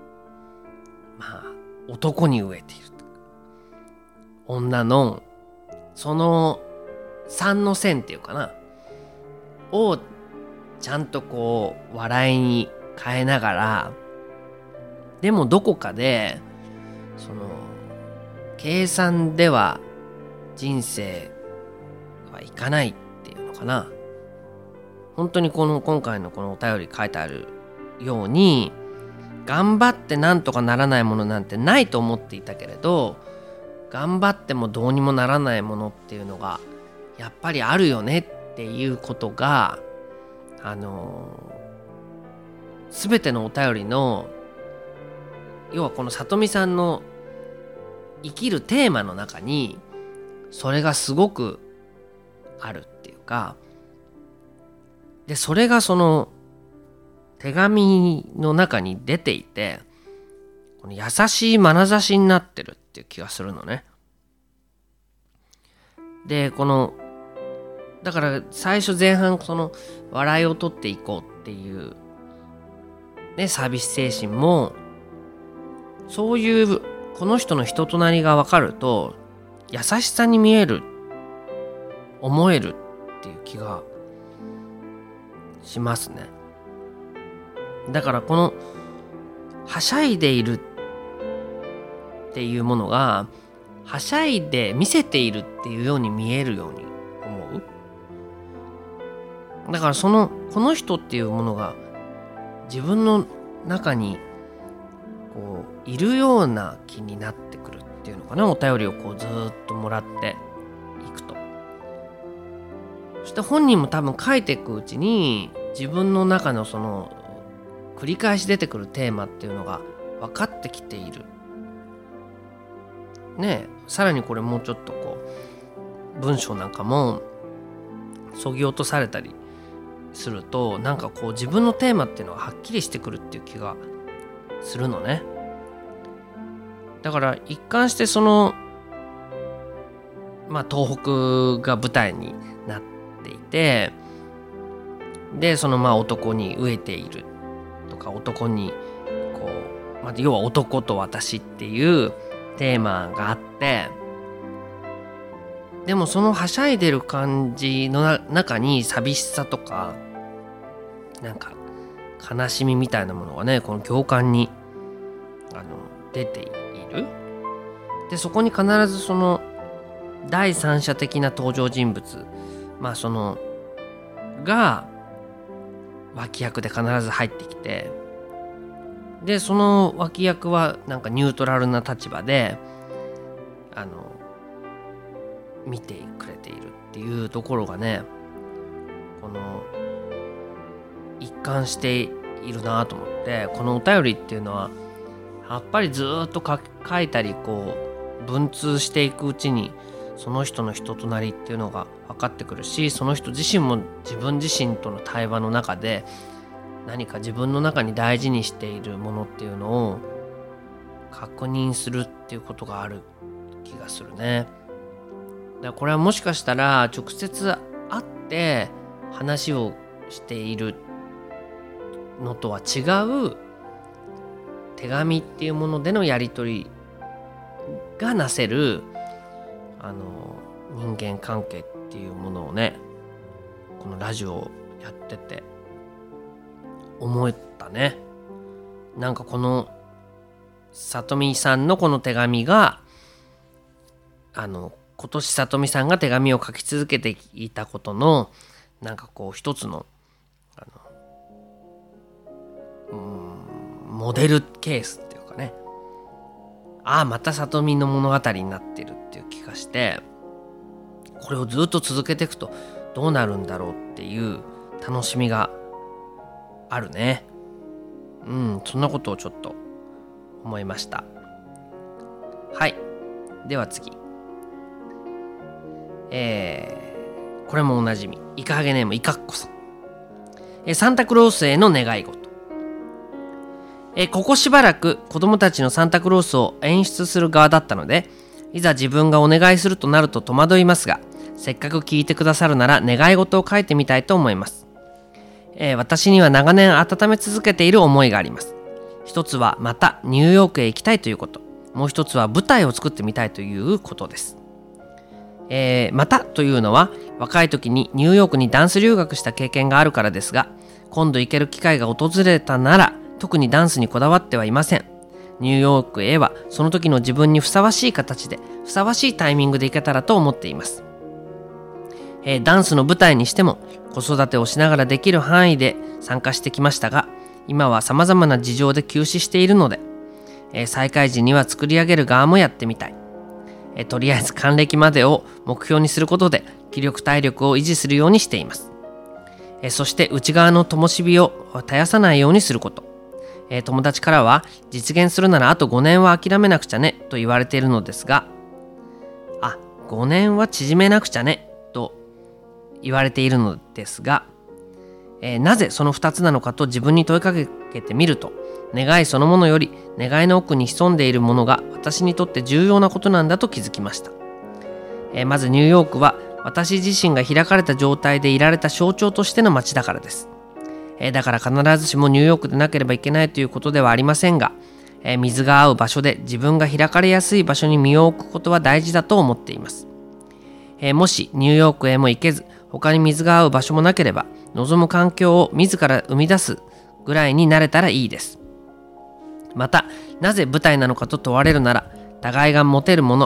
男に飢えている女のその3の線っていうかなをちゃんとこう笑いに変えながら、でもどこかでその計算では人生はいかないっていうのかな。本当に今回のこのお便り書いてあるように、頑張ってなんとかならないものなんてないと思っていたけれど、頑張ってもどうにもならないものっていうのがやっぱりあるよねっていうことが全てのお便りの、要はこの里見さんの生きるテーマの中にそれがすごくあるっていうか、でそれがその手紙の中に出ていて、この優しい眼差しになってるっていう気がするのね。でだから最初前半その笑いを取っていこうっていうね、サービス精神もそういうこの人の人となりが分かると優しさに見える、思えるっていう気がしますね。だからこのはしゃいでいるっていうものがはしゃいで見せているっていうように見えるように思う。だからこの人っていうものが自分の中にこういるような気になってくるっていうのかな。お便りをこうずっともらっていくと、そして本人も多分書いていくうちに自分の中のその繰り返し出てくるテーマっていうのが分かってきているね。さらにこれもうちょっとこう文章なんかもそぎ落とされたりすると、なんかこう自分のテーマっていうのがはっきりしてくるっていう気がするのね。だから一貫してその東北が舞台になっていて、でその男に飢えているとか、男にこう、要は男と私っていうテーマがあって、でもそのはしゃいでる感じの中に寂しさとかなんか悲しみみたいなものがね、この行間に出ている。でそこに必ずその第三者的な登場人物、そのが脇役で必ず入ってきて、でその脇役はなんかニュートラルな立場で見てくれているっていうところがね、この一貫しているなと思って、このお便りっていうのはやっぱりずっと書いたりこう文通していくうちにその人の人となりっていうのが分かってくるし、その人自身も自分自身との対話の中で何か自分の中に大事にしているものっていうのを確認するっていうことがある気がするね。だからこれはもしかしたら直接会って話をしているのとは違う手紙っていうものでのやり取りがなせる人間関係っていうものをね、このラジオをやってて思ったね。なんかこのさとみさんのこの手紙が今年さとみさんが手紙を書き続けていたことのなんかこう一つのモデルケースっていうかね、またさとみの物語になってるっていう気がして、これをずっと続けていくとどうなるんだろうっていう楽しみがあるね。そんなことをちょっと思いました。はい、では次、これもおなじみ、イカハゲネームイカッコさん。サンタクロースへの願い事。ここしばらく子供たちのサンタクロースを演出する側だったので、いざ自分がお願いするとなると戸惑いますが、せっかく聞いてくださるなら願い事を書いてみたいと思います。私には長年温め続けている思いがあります。一つはまたニューヨークへ行きたいということ、もう一つは舞台を作ってみたいということです。またというのは若い時にニューヨークにダンス留学した経験があるからですが、今度行ける機会が訪れたなら特にダンスにこだわってはいません。ニューヨークへはその時の自分にふさわしい形でふさわしいタイミングで行けたらと思っています。ダンスの舞台にしても子育てをしながらできる範囲で参加してきましたが、今は様々な事情で休止しているので、再開時には作り上げる側もやってみたい。とりあえず還暦までを目標にすることで気力体力を維持するようにしています。そして内側の灯火を絶やさないようにすること。友達からは実現するならあと5年は諦めなくちゃねと言われているのですが、5年は縮めなくちゃねと言われているのですが、なぜその2つなのかと自分に問いかけてみると、願いそのものより願いの奥に潜んでいるものが私にとって重要なことなんだと気づきました。まずニューヨークは私自身が開かれた状態でいられた象徴としての街だからです。だから必ずしもニューヨークでなければいけないということではありませんが、水が合う場所で自分が開かれやすい場所に身を置くことは大事だと思っています。もしニューヨークへも行けず他に水が合う場所もなければ、望む環境を自ら生み出すぐらいになれたらいいです。またなぜ舞台なのかと問われるなら、互いが持てるもの、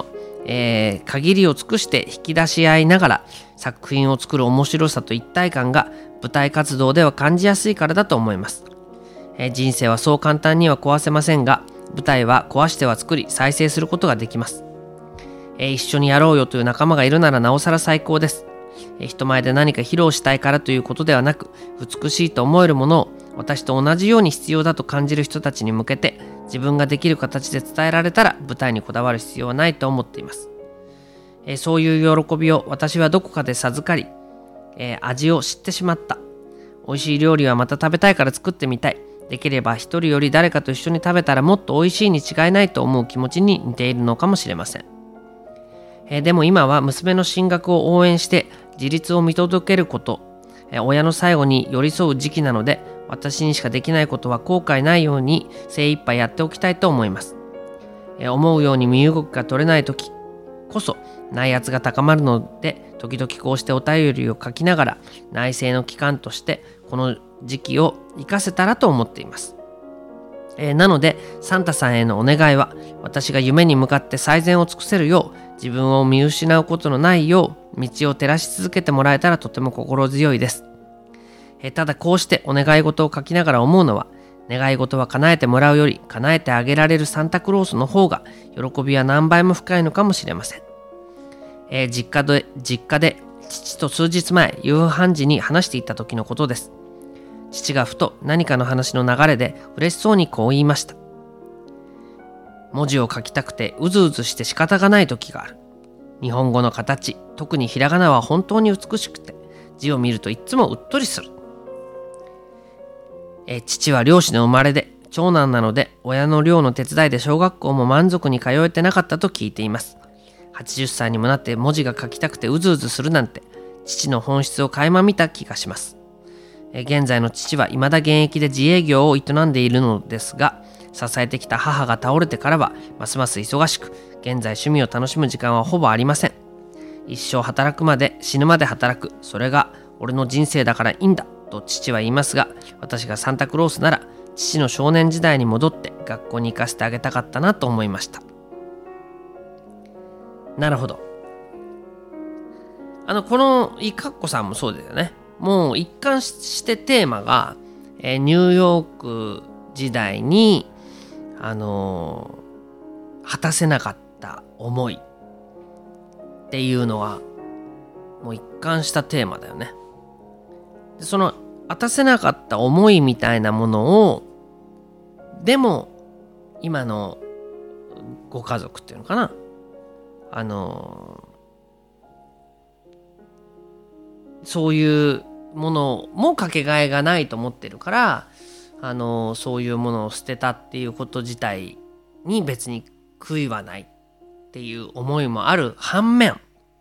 限りを尽くして引き出し合いながら作品を作る面白さと一体感が舞台活動では感じやすいからだと思います。人生はそう簡単には壊せませんが、舞台は壊しては作り再生することができます。一緒にやろうよという仲間がいるならなおさら最高です。人前で何か披露したいからということではなく、美しいと思えるものを私と同じように必要だと感じる人たちに向けて自分ができる形で伝えられたら舞台にこだわる必要はないと思っています。そういう喜びを私はどこかで授かり、味を知ってしまった。美味しい料理はまた食べたいから作ってみたい。できれば一人より誰かと一緒に食べたらもっと美味しいに違いないと思う気持ちに似ているのかもしれません。でも今は娘の進学を応援して自立を見届けること、親の最後に寄り添う時期なので、私にしかできないことは後悔ないように精一杯やっておきたいと思います。思うように身動きが取れない時こそ内圧が高まるので、時々こうしてお便りを書きながら内省の期間としてこの時期を生かせたらと思っています。なのでサンタさんへのお願いは、私が夢に向かって最善を尽くせるよう、自分を見失うことのないよう道を照らし続けてもらえたらとても心強いです。ただこうしてお願い事を書きながら思うのは、願い事は叶えてもらうより叶えてあげられるサンタクロースの方が喜びは何倍も深いのかもしれません。実家で父と数日前夕飯時に話していた時のことです。父がふと何かの話の流れで嬉しそうにこう言いました。文字を書きたくてうずうずして仕方がない時がある。日本語の形、特にひらがなは本当に美しくて、字を見るといつもうっとりする。父は漁師の生まれで長男なので、親の漁の手伝いで小学校も満足に通えてなかったと聞いています。80歳にもなって文字が書きたくてうずうずするなんて、父の本質を垣間見た気がします。現在の父は未だ現役で自営業を営んでいるのですが、支えてきた母が倒れてからはますます忙しく、現在趣味を楽しむ時間はほぼありません。一生働くまで死ぬまで働く、それが俺の人生だからいいんだと父は言いますが、私がサンタクロースなら父の少年時代に戻って学校に行かせてあげたかったなと思いました。なるほど。このイカッコさんもそうですよね。もう一貫してテーマが、ニューヨーク時代に果たせなかった思いっていうのはもう一貫したテーマだよね。でその果たせなかった思いみたいなものを、でも今のご家族っていうのかな、そういうものもかけがえがないと思ってるから、そういうものを捨てたっていうこと自体に別に悔いはないっていう思いもある反面、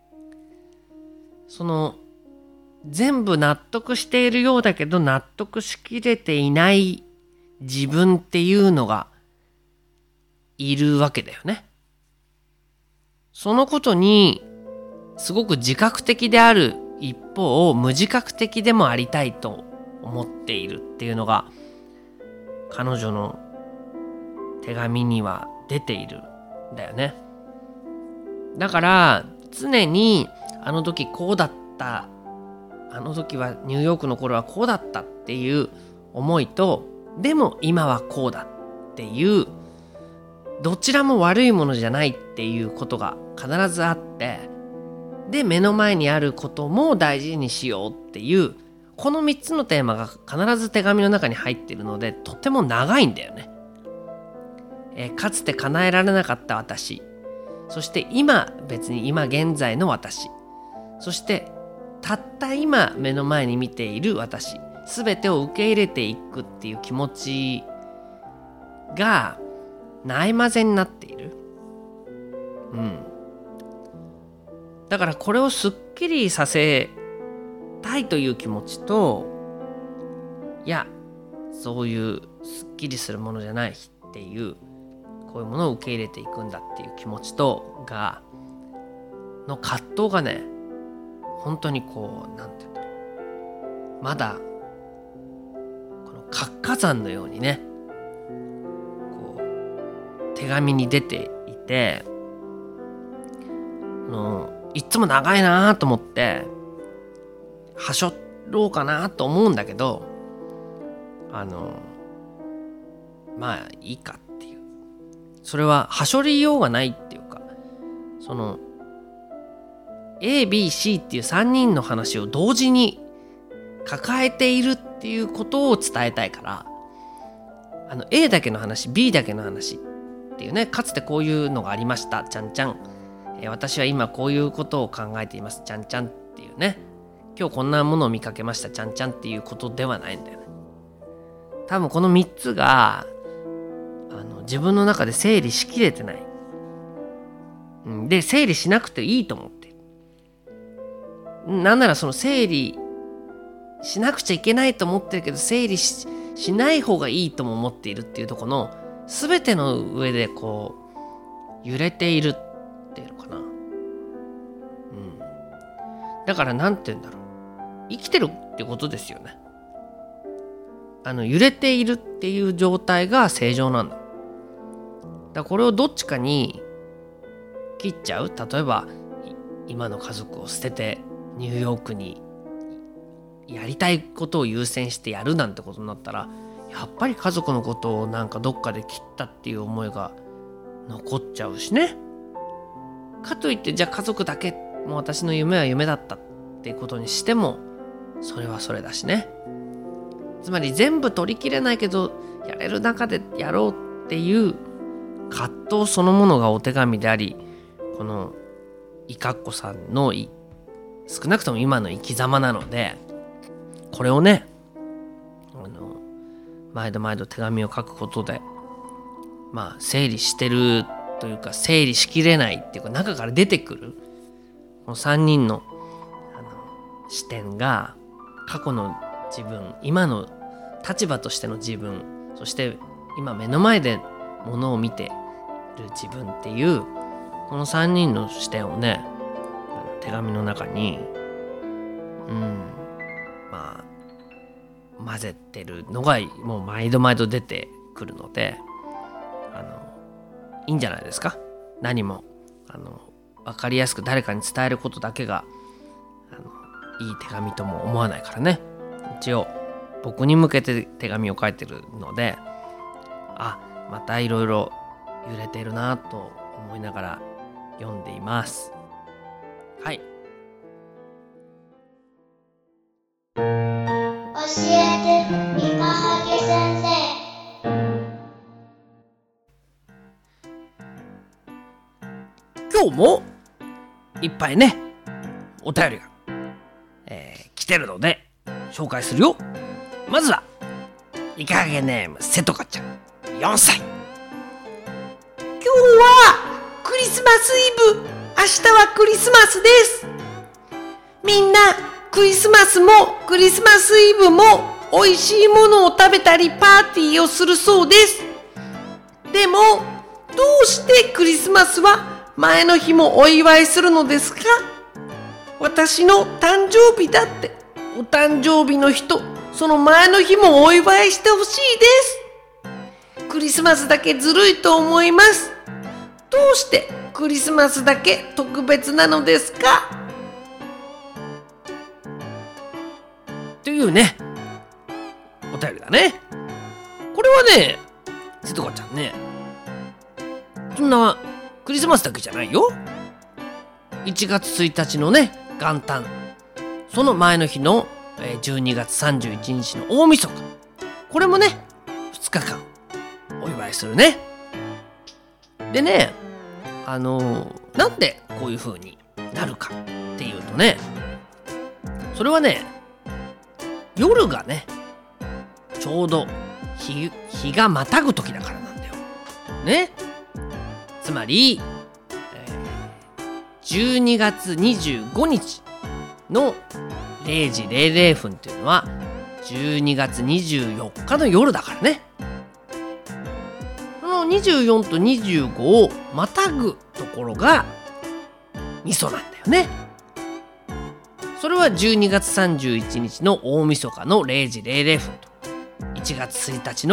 その全部納得しているようだけど納得しきれていない自分っていうのがいるわけだよね。そのことにすごく自覚的である一方、無自覚的でもありたいと思っているっていうのが彼女の手紙には出ているんだよね。だから常にあの時こうだった、あの時はニューヨークの頃はこうだったっていう思いと、でも今はこうだっていう、どちらも悪いものじゃないっていうことが必ずあって、で目の前にあることも大事にしようっていう、この3つのテーマが必ず手紙の中に入っているので、とても長いんだよね。かつて叶えられなかった私、そして今現在の私、そしてたった今目の前に見ている私、全てを受け入れていくっていう気持ちがないまぜになっている。だからこれをすっきりさせたいという気持ちと、いやそういうすっきりするものじゃないっていう、こういうものを受け入れていくんだっていう気持ちとの葛藤がね、本当にこう、なんていうんだろう、まだこの活火山のようにね、こう手紙に出ていて、 いっつも長いなと思ってはしょろうかなと思うんだけど、まあいいかっていう、それははしょりようがないっていうか、その ABC っていう3人の話を同時に抱えているっていうことを伝えたいから、A だけの話 B だけの話っていうね、かつてこういうのがありましたちゃんちゃん、私は今こういうことを考えていますちゃんちゃんっていうね、今日こんなものを見かけましたちゃんちゃんっていうことではないんだよね。多分この3つが自分の中で整理しきれてない、で整理しなくていいと思ってる。なんならその整理しなくちゃいけないと思ってるけど、整理 しない方がいいとも思っているっていうところの全ての上でこう揺れているっていうのかな。だからなんて言うんだろう、生きてるってことですよね。揺れているっていう状態が正常なんだ。だからこれをどっちかに切っちゃう、例えば今の家族を捨ててニューヨークにやりたいことを優先してやるなんてことになったら、やっぱり家族のことをなんかどっかで切ったっていう思いが残っちゃうしね。かといってじゃあ家族だけ、もう私の夢は夢だったっていうことにしてもそれはそれだしね。つまり全部取り切れないけどやれる中でやろうっていう葛藤そのものがお手紙であり、このいかっこさんの少なくとも今の生き様なので、これをね毎度手紙を書くことでまあ整理してるというか、整理しきれないっていうか、中から出てくるこの3人の視点が過去の自分、今の立場としての自分、そして今目の前でものを見てる自分っていうこの3人の視点をね、手紙の中にまあ混ぜてるのがもう毎度出てくるので、いいんじゃないですか。何も分かりやすく誰かに伝えることだけがいい手紙とも思わないからね。一応僕に向けて手紙を書いてるので、またいろいろ揺れているなと思いながら読んでいます。はい。 教えてみかはげ先生。 今日もいっぱいねお便りが、来てるので紹介するよ。まずはいかはげネームせとかちゃん4歳。 今日はクリスマスイブ、明日はクリスマスです。みんなクリスマスもクリスマスイブも美味しいものを食べたりパーティーをするそうです。でもどうしてクリスマスは前の日もお祝いするのですか？私の誕生日だって。お誕生日の人、その前の日もお祝いしてほしいです。クリスマスだけずるいと思います。どうしてクリスマスだけ特別なのですか？ というねお便りだね。これはねせとかちゃんね、そんなクリスマスだけじゃないよ。1月1日のね元旦、その前の日の12月31日の大晦日、これもね2日間お祝いするね。でね、なんでこういう風になるかっていうとね、それはね夜がねちょうど日がまたぐ時だからなんだよね。つまり、12月25日の0時00分っていうのは12月24日の夜だからね。その24と25をまたぐところが味噌なんだよね。それは12月31日の大晦日の0時00分と1月1日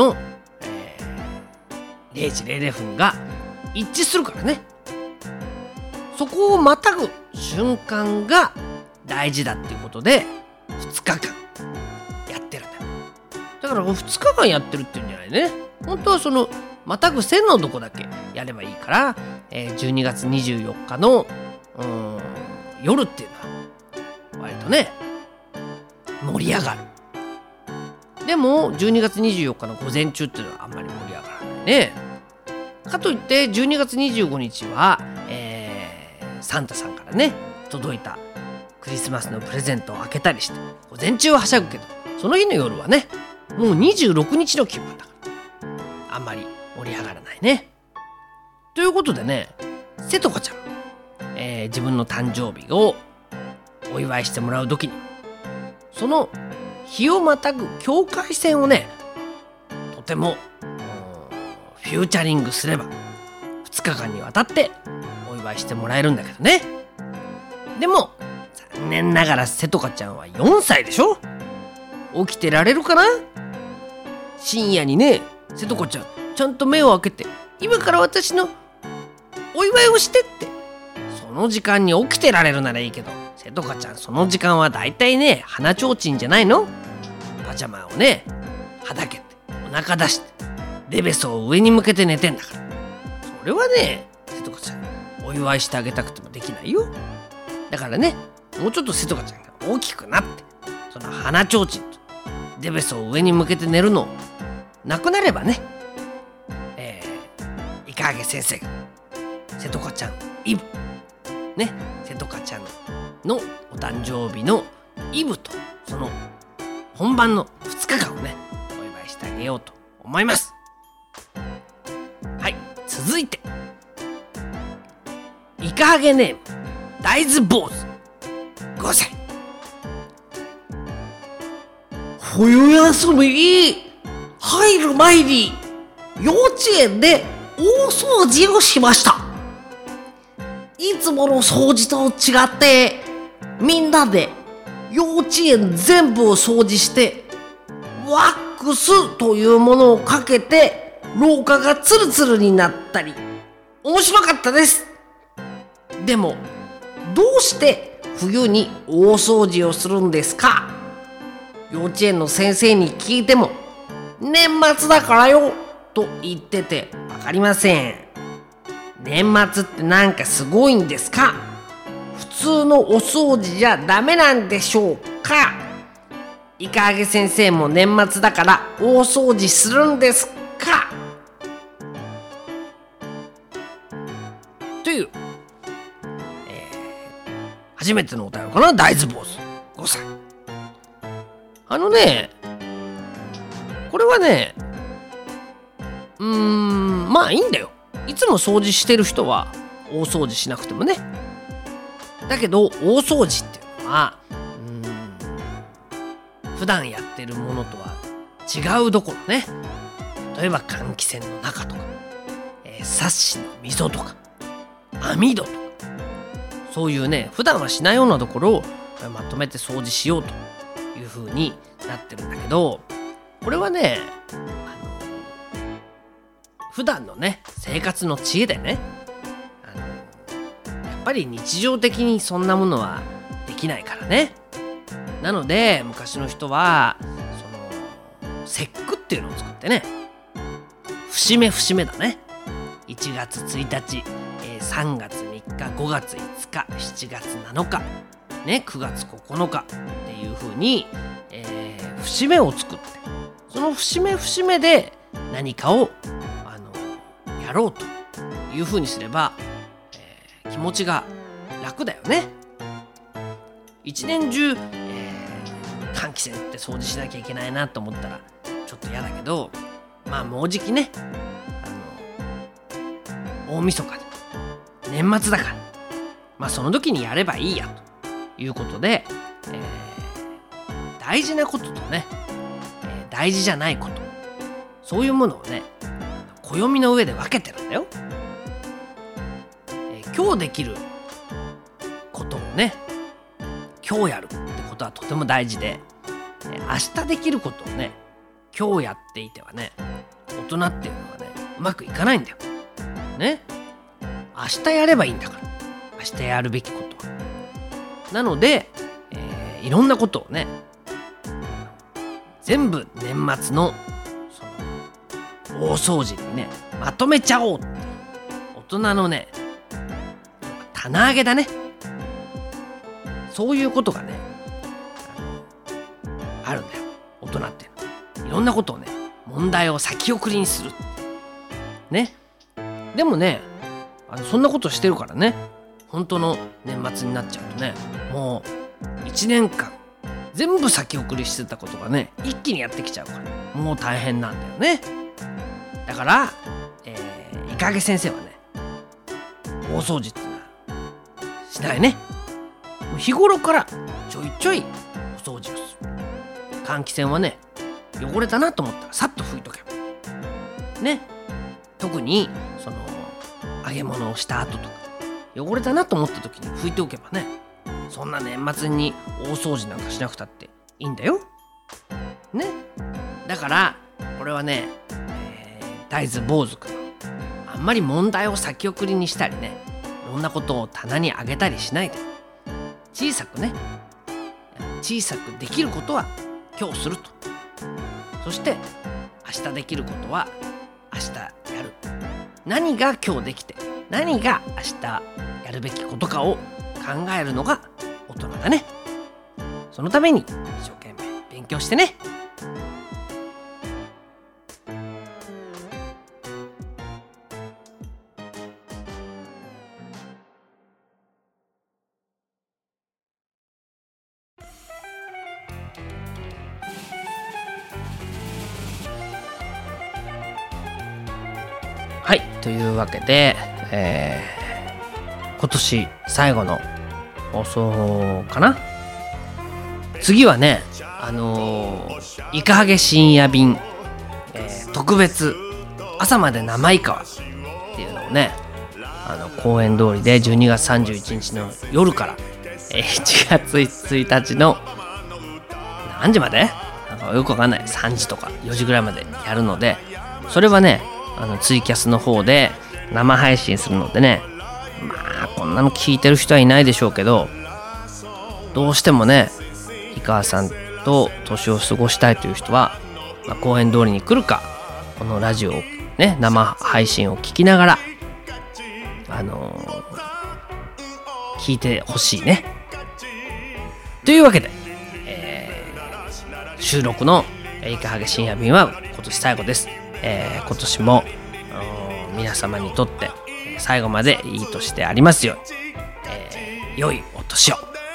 の、0時00分が一致するからね。 そこをまたぐ瞬間が大事だっていうことで2日間やってるんだよ。だから2日間やってるっていうんじゃないね。本当はそのまたぐ線のとこだけやればいいから、12月24日の夜っていうのは割とね盛り上がる。でも12月24日の午前中っていうのはあんまり盛り上がらないね。かといって12月25日は、サンタさんからね届いたクリスマスのプレゼントを開けたりして午前中ははしゃぐけど、その日の夜はねもう26日の気分だからあんまり盛り上がらないね。ということでね、せとかちゃん、自分の誕生日をお祝いしてもらう時にその日をまたぐ境界線をねとてもフューチャリングすれば2日間にわたってお祝いしてもらえるんだけどね。でも残念ながらせとかちゃんは4歳でしょ。起きてられるかな。深夜にねせとかちゃんちゃんと目を開けて今から私のお祝いをしてってその時間に起きてられるならいいけど、せとかちゃんその時間はだいたいね鼻ちょうちんじゃないの。パジャマをねはだけてお腹出してレベソを上に向けて寝てんだから、それはねせとかちゃんお祝いしてあげたくてもできないよ。だからねもうちょっとせとかちゃんが大きくなってその鼻ちょうちんとレベソを上に向けて寝るのなくなればね、いかあげ先生がせとかちゃんイブね、せとかちゃんのお誕生日のイブとその本番の2日間をねお祝いしてあげようと思います。はい、続いてイカハゲネーム大豆坊主5歳。 冬休み入る前に幼稚園で大掃除をしました。いつもの掃除と違ってみんなで幼稚園全部を掃除してワックスというものをかけて廊下がツルツルになったり面白かったです。でもどうして冬に大掃除をするんですか。幼稚園の先生に聞いても年末だからよと言っててわかりません。年末ってなんかすごいんですか。普通のお掃除じゃダメなんでしょうか。イカアゲ先生も年末だから大掃除するんですか。という、初めてのお便りかな。大豆坊主5歳。これはねまあいいんだよ。いつも掃除してる人は大掃除しなくてもね。だけど大掃除っていうのは普段やってるものとは違うどころね。例えば換気扇の中とか、サッシの溝とか網戸とか、そういうね普段はしないようなところをまとめて掃除しようという風になってるんだけど、これはね普段のね生活の知恵でねやっぱり日常的にそんなものはできないからね。なので昔の人はその節句っていうのを作ってね、節目節目だね。1月1日、3月3日、5月5日、7月7日、ね、9月9日っていう風に、節目を作って、その節目節目で何かをやろうという風にすれば、気持ちが楽だよね。一年中、換気扇って掃除しなきゃいけないなと思ったらちょっと嫌だけど、まあもうじきね大晦日で年末だから、まあその時にやればいいやということで、大事なこととね、大事じゃないこと、そういうものをね暦の上で分けてるんだよ。今日できることをね今日やるってことはとても大事で、明日できることをね今日やっていてはね、大人っていうのはねうまくいかないんだよね。明日やればいいんだから、 明日やるべきことは。なので、いろんなことをね全部年末のその大掃除にねまとめちゃおうって大人のね棚上げだね。そういうことがねあるんだよ大人っていうの。いろんなことをね問題を先送りにするね。でもねそんなことしてるからね本当の年末になっちゃうとねもう1年間全部先送りしてたことがね一気にやってきちゃうからもう大変なんだよね。だから、いかげ先生はね大掃除ってのはしないね。もう日頃からちょいちょいお掃除をする。換気扇はね汚れたなと思ったらさっと拭いとけばね。特にその揚げ物をした後とか汚れたなと思った時に拭いておけばねそんな年末に大掃除なんかしなくたっていいんだよね。だからこれはね、大豆坊主くんあんまり問題を先送りにしたりねいろんなことを棚にあげたりしないで小さくできることは今日すると。そして明日できることは明日やる。何が今日できて何が明日やるべきことかを考えるのが大人だね。そのために一生懸命勉強してね。はい、というわけで、今年最後の放送かな。次はねイカハゲ深夜便、特別朝まで生イカワっていうのをね公園通りで12月31日の夜から、1月1日の何時までなんかよくわかんない3時とか4時ぐらいまでやるのでそれはねツイキャスの方で生配信するのでねまあこんなの聞いてる人はいないでしょうけどどうしてもね井川さんと年を過ごしたいという人は、公園通りに来るかこのラジオをね生配信を聞きながら聞いてほしいね。というわけで、収録のイカハゲ深夜便は今年最後です。今年も皆様にとって最後までいい年でありますように、良いお年を。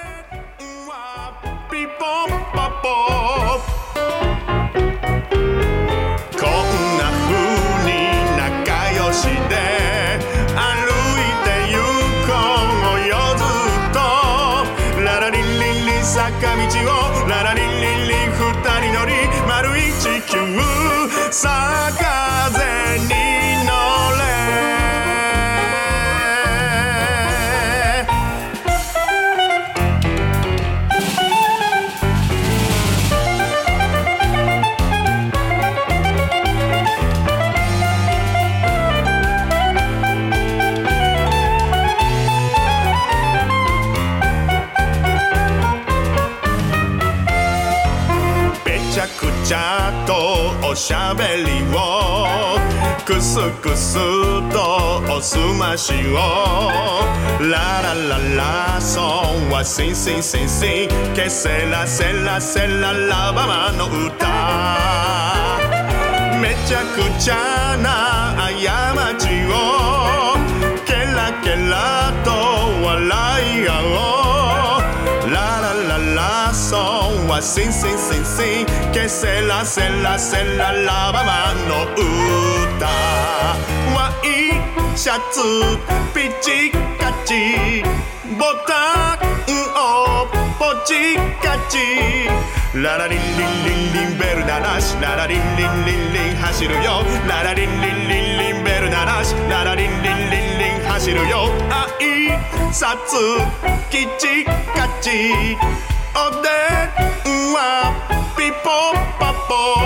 こんな風に仲良しで歩いて行こうよずっとララリンリンリン坂道をララリンリンリン二人乗り丸い地球さあ風に乗れちゃっとおしゃべりをクスクスとおすましをララララソンはシンシンシンシンケセラセラセララバマの歌めちゃくちゃな過ちをケラケラと笑い合おうララララソンはシンシンシンシンケセラセラセララバマの歌ワイシャツピチカチボタンをポチカチララリンリンリンリンベル鳴らしララリンリンリンリン走るよララリンリンリンリンベル鳴らしララリンリンリンリン走るよ挨拶キチカチおでんはピポパポ